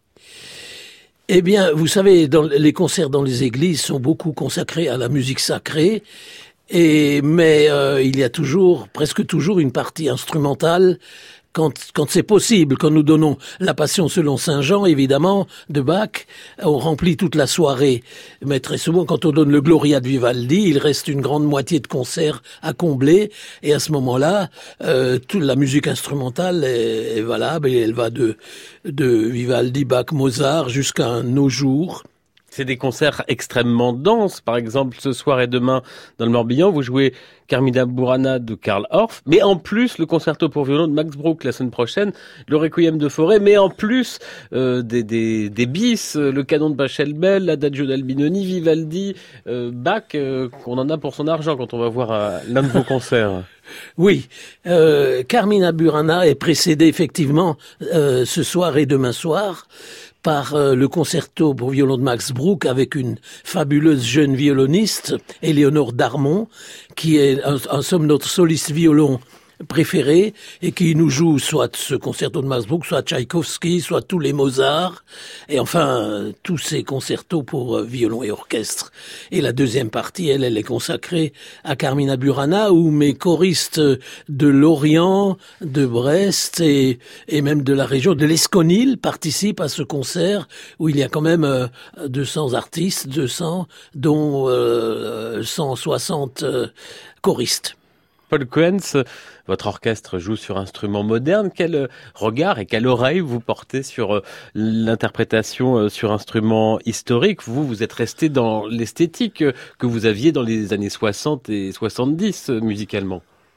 Eh bien, vous savez, dans les concerts dans les églises sont beaucoup consacrés à la musique sacrée. Et, mais euh, il y a toujours, presque toujours, une partie instrumentale quand, quand c'est possible. Quand nous donnons la Passion selon Saint Jean, évidemment, de Bach, on remplit toute la soirée. Mais très souvent, quand on donne le Gloria de Vivaldi, il reste une grande moitié de concert à combler. Et à ce moment-là, euh, toute la musique instrumentale est, est valable et elle va de, de Vivaldi, Bach, Mozart jusqu'à nos jours. C'est des concerts extrêmement denses. Par exemple, ce soir et demain, dans le Morbihan, vous jouez Carmina Burana de Karl Orff, mais en plus, le concerto pour violon de Max Bruch la semaine prochaine, le Requiem de Fauré, mais en plus, euh, des, des, des bis, le canon de Pachelbel, l'Adagio d'Albinoni, Vivaldi, euh, Bach, euh, qu'on en a pour son argent quand on va voir euh, l'un de vos concerts. Oui, euh, Carmina Burana est précédée effectivement euh, ce soir et demain soir par euh, le concerto pour violon de Max Bruch avec une fabuleuse jeune violoniste, Éléonore Darmon, qui est en, en somme notre soliste violon préféré et qui nous joue soit ce concerto de Max Bruch, soit Tchaïkovski, soit tous les Mozart, et enfin euh, tous ces concertos pour euh, violon et orchestre. Et la deuxième partie, elle, elle est consacrée à Carmina Burana, où mes choristes de Lorient, de Brest et, et même de la région de l'Esconil participent à ce concert où il y a quand même euh, deux cents artistes, deux cents, dont euh, cent soixante euh, choristes. Paul Kuens, votre orchestre joue sur instruments modernes. Quel regard et quelle oreille vous portez sur l'interprétation sur instruments historiques ? Vous, vous êtes resté dans l'esthétique que vous aviez dans les années soixante et soixante-dix musicalement.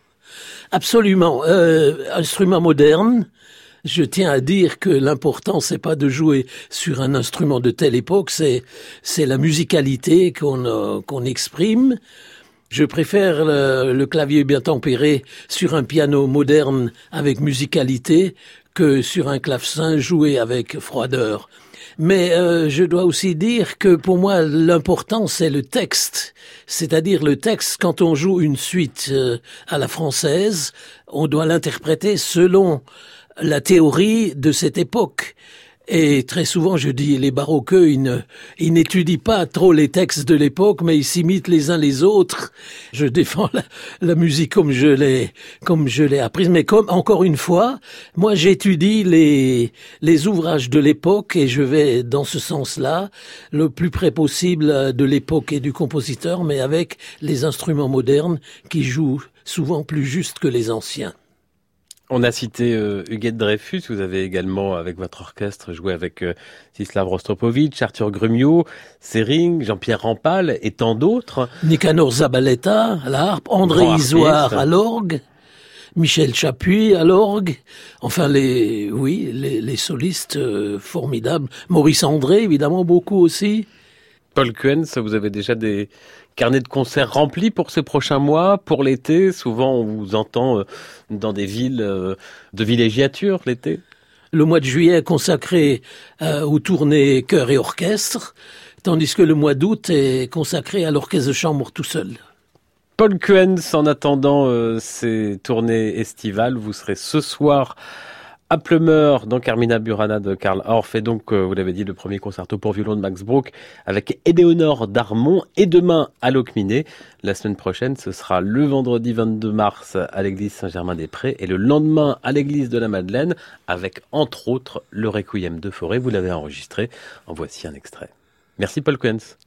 Absolument. Euh, instruments modernes. Je tiens à dire que l'important, c'est pas de jouer sur un instrument de telle époque, c'est, c'est la musicalité qu'on, euh, qu'on exprime. Je préfère le, le clavier bien tempéré sur un piano moderne avec musicalité que sur un clavecin joué avec froideur. Mais euh, je dois aussi dire que pour moi, l'important, c'est le texte. C'est-à-dire le texte, quand on joue une suite euh, à la française, on doit l'interpréter selon la théorie de cette époque. Et très souvent, je dis, les baroqueux, ils, ne, ils n'étudient pas trop les textes de l'époque, mais ils s'imitent les uns les autres. Je défends la, la musique comme je l'ai, comme je l'ai apprise. Mais comme, encore une fois, moi, j'étudie les, les ouvrages de l'époque et je vais dans ce sens-là, le plus près possible de l'époque et du compositeur, mais avec les instruments modernes qui jouent souvent plus juste que les anciens. On a cité euh, Huguette Dreyfus, vous avez également, avec votre orchestre, joué avec euh, Stislav Rostropovitch, Arthur Grumio, Sering, Jean-Pierre Rampal et tant d'autres. Nicanor Zabaleta à la harpe, André Isoire à l'orgue, Michel Chapuis à l'orgue, enfin les, oui, les, les solistes euh, formidables. Maurice André, évidemment, beaucoup aussi. Paul Kuens, vous avez déjà des carnets de concerts remplis pour ces prochains mois, pour l'été. Souvent, on vous entend dans des villes de villégiature l'été. Le mois de juillet est consacré euh, aux tournées chœur et orchestre, tandis que le mois d'août est consacré à l'orchestre de chambre tout seul. Paul Kuens, en attendant euh, ces tournées estivales, vous serez ce soir à Pleumeur, dans Carmina Burana de Karl Orff, et donc, euh, vous l'avez dit, le premier concerto pour violon de Max Bruch avec Éléonore Darmon, et demain à Locminé. La semaine prochaine, ce sera le vendredi vingt-deux mars à l'église Saint-Germain-des-Prés, et le lendemain à l'église de la Madeleine, avec, entre autres, le Requiem de Fauré. Vous l'avez enregistré. En voici un extrait. Merci Paul Kuens.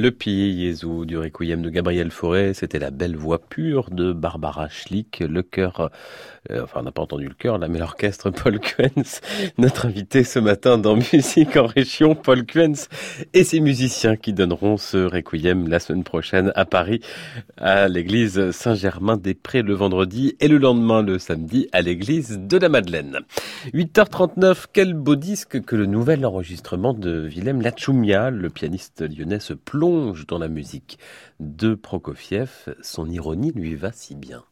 Le Pie Jésus du Requiem de Gabriel Fauré, c'était la belle voix pure de Barbara Schlick, le chœur, euh, enfin on n'a pas entendu le chœur là, mais l'orchestre Paul Kuens, notre invité ce matin dans Musique en Région, Paul Kuens et ses musiciens qui donneront ce Requiem la semaine prochaine à Paris, à l'église Saint-Germain-des-Prés le vendredi et le lendemain le samedi à l'église de la Madeleine. huit heures trente-neuf, quel beau disque que le nouvel enregistrement de Wilhelm Lachumia, le pianiste lyonnais se plonge dans la musique de Prokofiev, son ironie lui va si bien.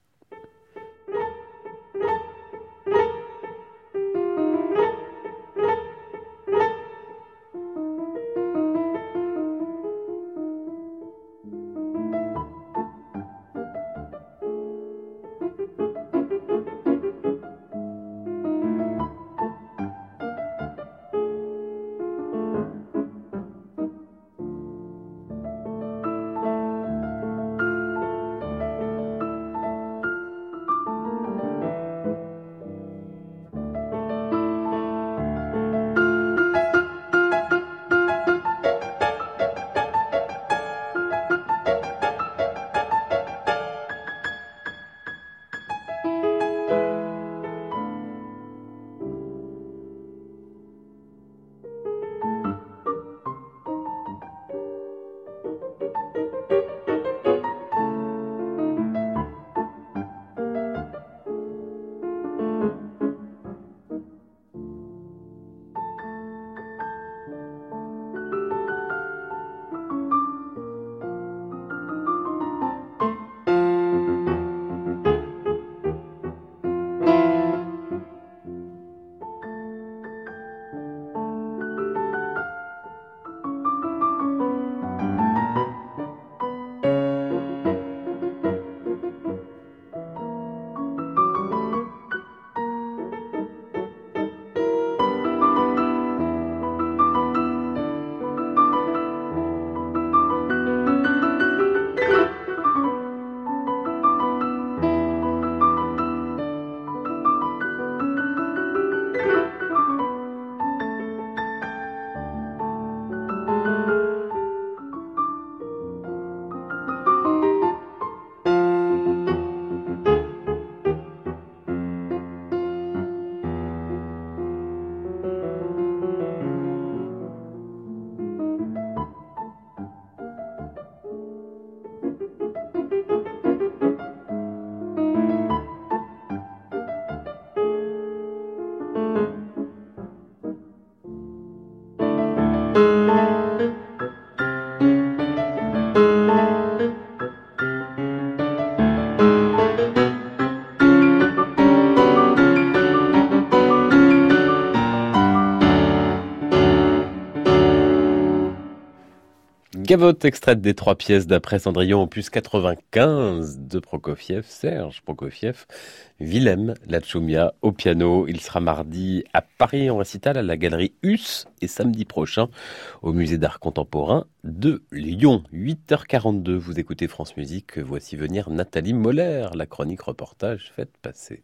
Gavotte, extraite des trois pièces d'après Cendrillon, opus quatre-vingt-quinze de Prokofiev, Serge Prokofiev, Wilhelm Lachumia au piano. Il sera mardi à Paris en récital à la galerie Huss et samedi prochain au musée d'art contemporain de Lyon. huit heures quarante-deux, vous écoutez France Musique, voici venir Nathalie Moller, la chronique reportage Faites passer.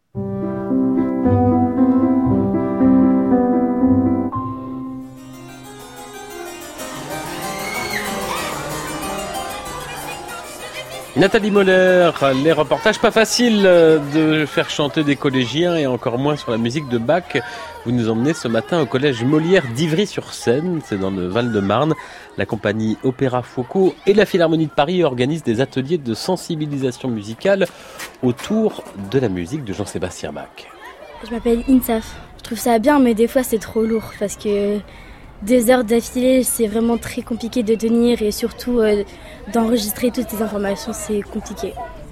Nathalie Moller, les reportages, pas facile de faire chanter des collégiens et encore moins sur la musique de Bach. Vous nous emmenez ce matin au collège Molière d'Ivry-sur-Seine, c'est dans le Val-de-Marne. La compagnie Opéra Foucault et la Philharmonie de Paris organisent des ateliers de sensibilisation musicale autour de la musique de Jean-Sébastien Bach. Je m'appelle Insaf. Je trouve ça bien, mais des fois c'est trop lourd parce que deux heures d'affilée, c'est vraiment très compliqué de tenir et surtout euh, d'enregistrer toutes ces informations, c'est compliqué.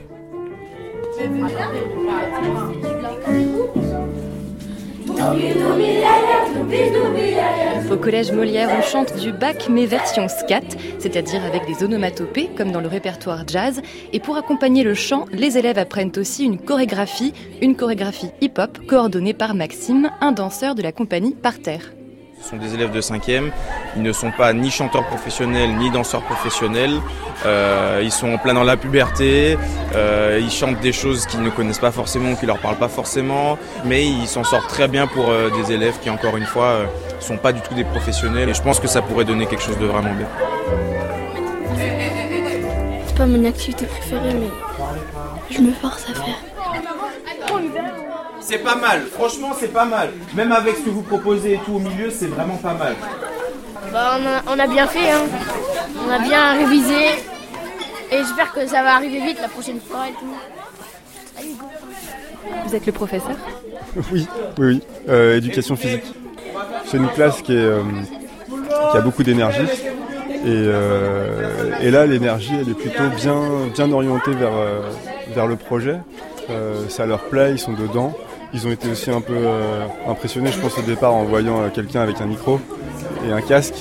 Au collège Molière, on chante du Bach mais version scat, c'est-à-dire avec des onomatopées comme dans le répertoire jazz. Et pour accompagner le chant, les élèves apprennent aussi une chorégraphie, une chorégraphie hip-hop coordonnée par Maxime, un danseur de la compagnie Parterre. Ce sont des élèves de cinquième, ils ne sont pas ni chanteurs professionnels ni danseurs professionnels, euh, ils sont en plein dans la puberté, euh, ils chantent des choses qu'ils ne connaissent pas forcément, qui ne leur parlent pas forcément, mais ils s'en sortent très bien pour euh, des élèves qui, encore une fois, ne euh, sont pas du tout des professionnels et je pense que ça pourrait donner quelque chose de vraiment bien. c'est pas mon activité préférée, mais je me force à faire. C'est pas mal, franchement c'est pas mal. Même avec ce que vous proposez et tout au milieu, c'est vraiment pas mal. Bah, on, a, on a bien fait, hein. On a bien révisé. Et j'espère que ça va arriver vite la prochaine fois et tout. Allez, go. Vous êtes le professeur ? Oui, oui, oui. Euh, éducation physique. C'est une classe qui, est, euh, qui a beaucoup d'énergie. Et, euh, et là, l'énergie, elle est plutôt bien, bien orientée vers, euh, vers le projet. Euh, ça leur plaît, ils sont dedans. Ils ont été aussi un peu euh, impressionnés, je pense, au départ, en voyant euh, quelqu'un avec un micro et un casque.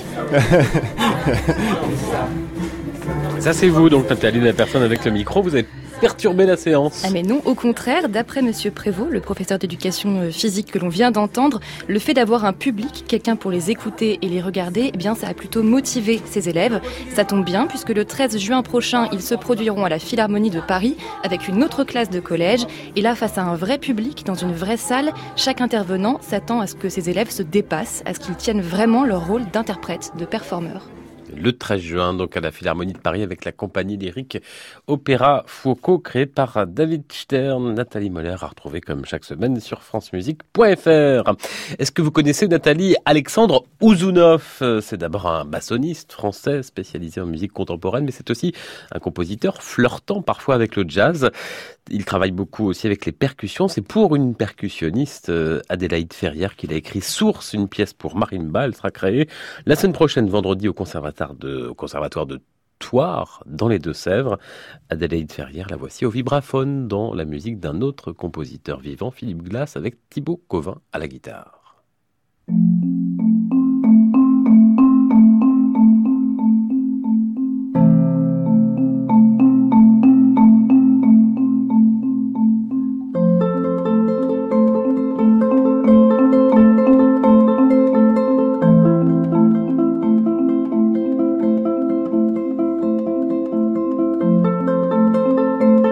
Ça, c'est vous, donc, Nathalie, la personne avec le micro. Vous avez perturbé la séance. Ah mais non, au contraire, d'après Monsieur Prévost, le professeur d'éducation physique que l'on vient d'entendre, le fait d'avoir un public, quelqu'un pour les écouter et les regarder, eh bien ça a plutôt motivé ses élèves. Ça tombe bien puisque le treize juin prochain, ils se produiront à la Philharmonie de Paris avec une autre classe de collège. Et là, face à un vrai public, dans une vraie salle, chaque intervenant s'attend à ce que ses élèves se dépassent, à ce qu'ils tiennent vraiment leur rôle d'interprète, de performeur. Le treize juin, donc à la Philharmonie de Paris avec la compagnie lyrique Opéra Fuoco créée par David Stern. Nathalie Moller à retrouver comme chaque semaine sur france musique point f r. Est-ce que vous connaissez Nathalie Alexandre Ouzounov ? C'est d'abord un bassoniste français spécialisé en musique contemporaine, mais c'est aussi un compositeur flirtant parfois avec le jazz. Il travaille beaucoup aussi avec les percussions. C'est pour une percussionniste, Adélaïde Ferrière, qu'il a écrit Source, une pièce pour marimba. Elle sera créée la semaine prochaine, vendredi, au conservatoire de, au conservatoire de Thouars, dans les Deux-Sèvres. Adélaïde Ferrière, la voici au vibraphone dans la musique d'un autre compositeur vivant, Philippe Glass, avec Thibaut Covin à la guitare.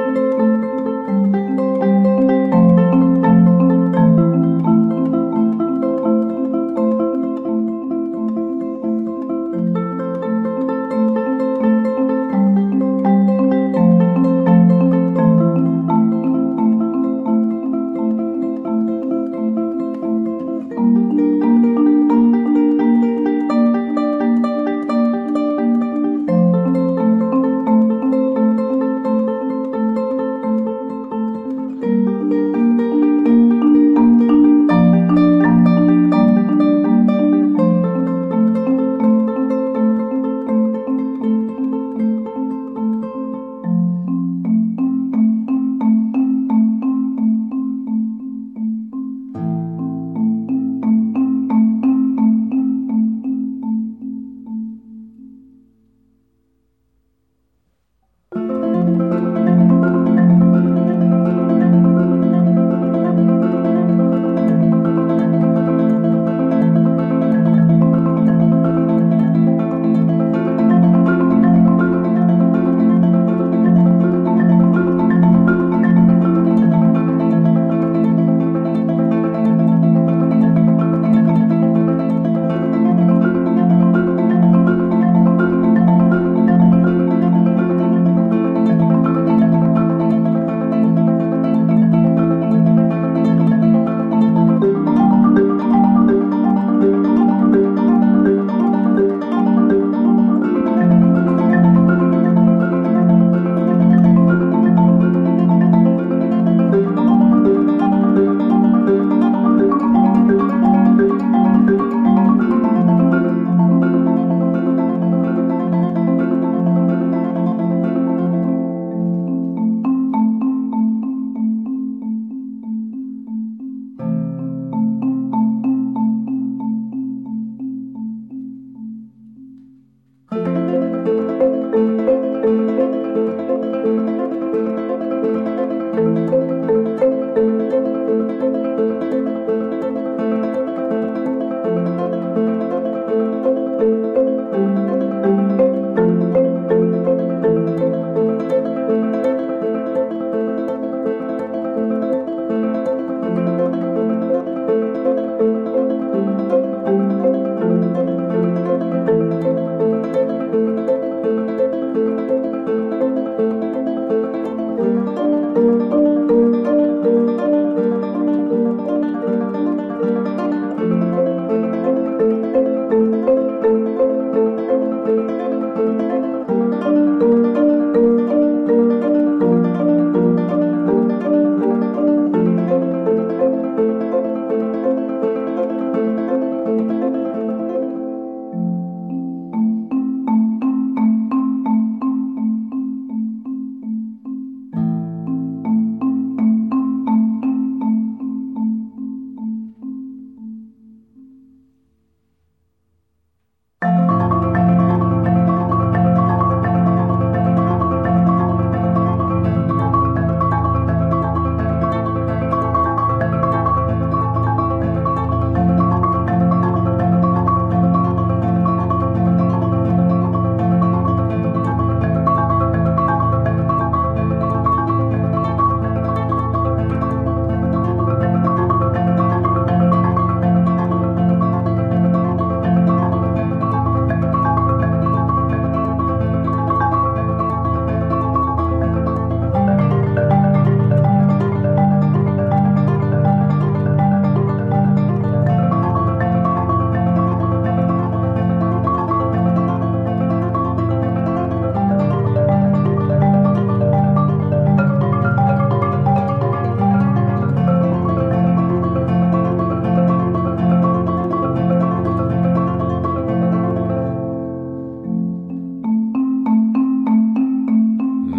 Thank you.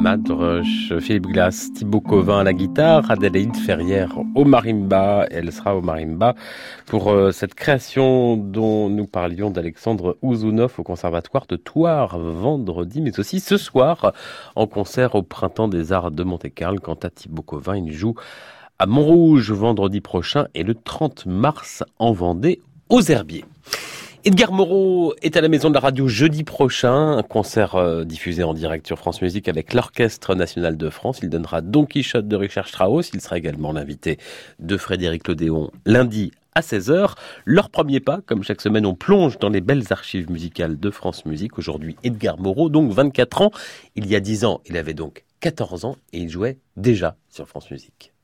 Madrush, Philippe Glass, Thibaut Covin à la guitare, Adélaïde Ferrière au marimba. Elle sera au marimba pour euh, cette création dont nous parlions d'Alexandre Ouzounov au Conservatoire de Thouars vendredi, mais aussi ce soir en concert au Printemps des Arts de Monte-Carlo. Quant à Thibaut Covin, il joue à Montrouge vendredi prochain et le trente mars en Vendée aux Herbiers. Edgar Moreau est à la Maison de la Radio jeudi prochain, un concert euh, diffusé en direct sur France Musique avec l'Orchestre National de France. Il donnera Don Quichotte de Richard Strauss. Il sera également l'invité de Frédéric Lodéon lundi à seize heures. Leur premier pas, comme chaque semaine, on plonge dans les belles archives musicales de France Musique. Aujourd'hui, Edgar Moreau, donc vingt-quatre ans. Il y a dix ans, il avait donc quatorze ans et il jouait déjà sur France Musique.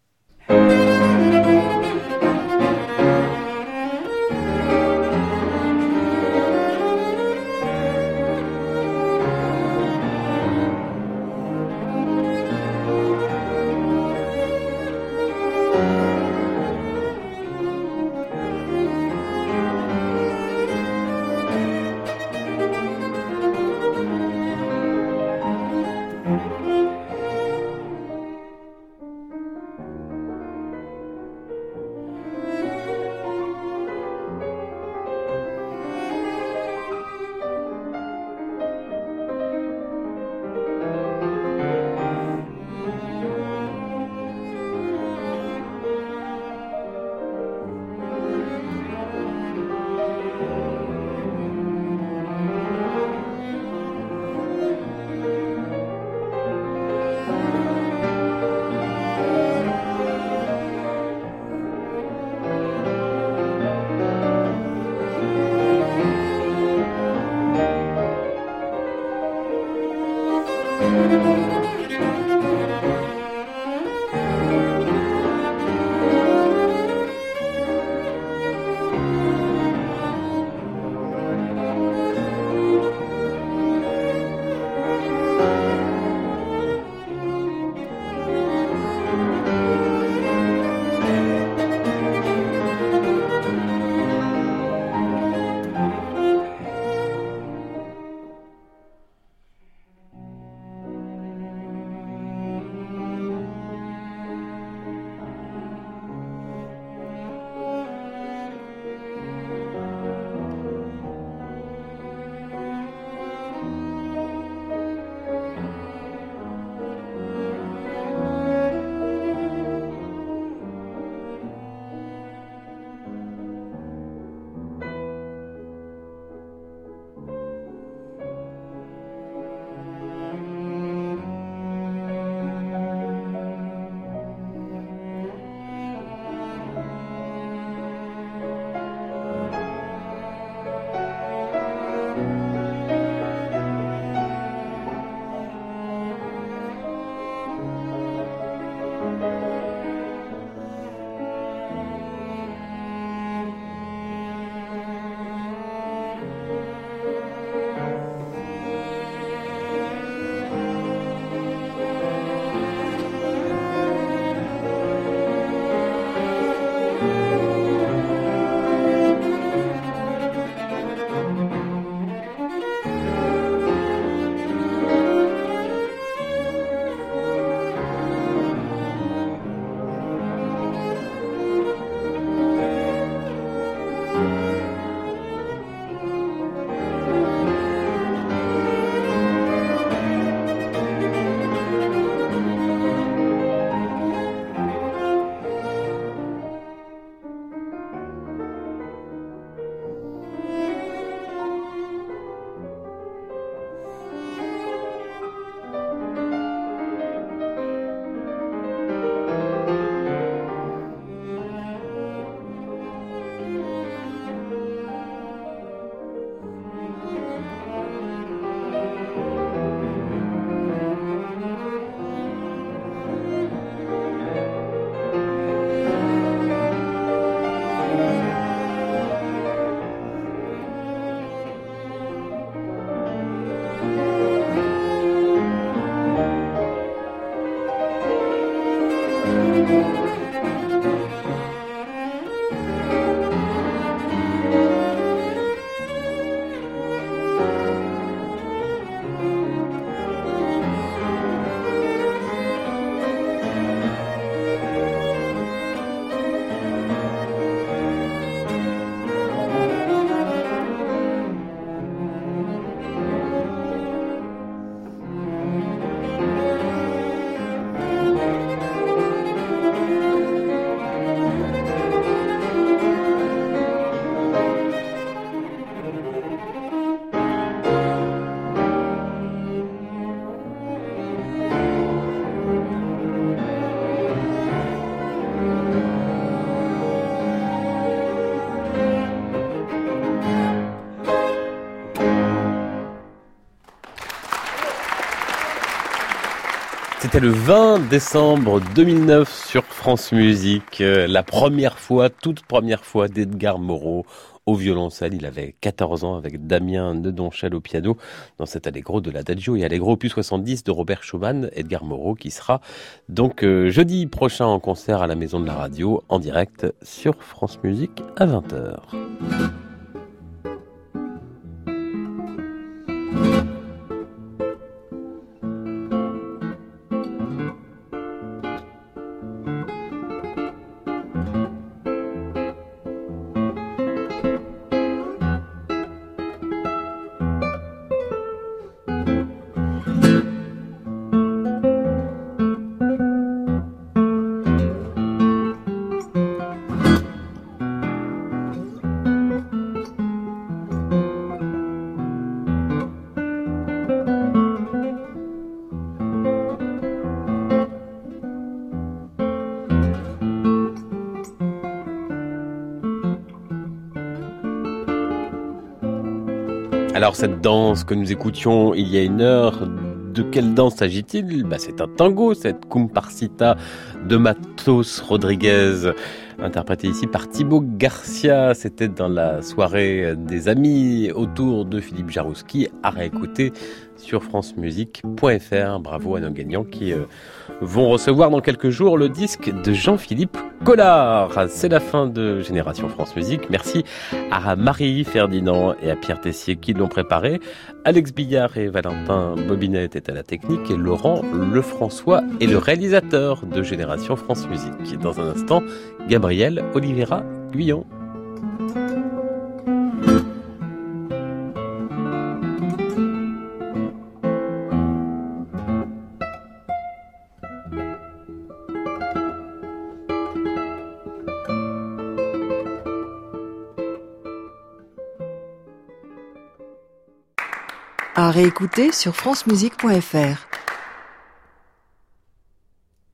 C'était le vingt décembre deux mille neuf sur France Musique, la première fois, toute première fois d'Edgar Moreau au violoncelle. Il avait quatorze ans avec Damien Nedonchel au piano dans cet Allegro de l'Adagio et Allegro opus soixante-dix de Robert Schumann. Edgar Moreau qui sera donc euh, jeudi prochain en concert à la Maison de la Radio en direct sur France Musique à vingt heures. Alors cette danse que nous écoutions il y a une heure, de quelle danse s'agit-il ? Bah, c'est un tango, cette Comparsita de Matos Rodriguez, interprétée ici par Thibaut Garcia. C'était dans la soirée des amis autour de Philippe Jarouski, à réécouter sur francemusique point f r. Bravo à nos gagnants qui euh, vont recevoir dans quelques jours le disque de Jean-Philippe Collard. C'est la fin de Génération France Musique. Merci à Marie Ferdinand et à Pierre Tessier qui l'ont préparé. Alex Billard et Valentin Bobinet étaient à la technique et Laurent Lefrançois est le réalisateur de Génération France Musique. Dans un instant, Gabriel Oliveira Guyon. À réécouter sur francemusique point f r.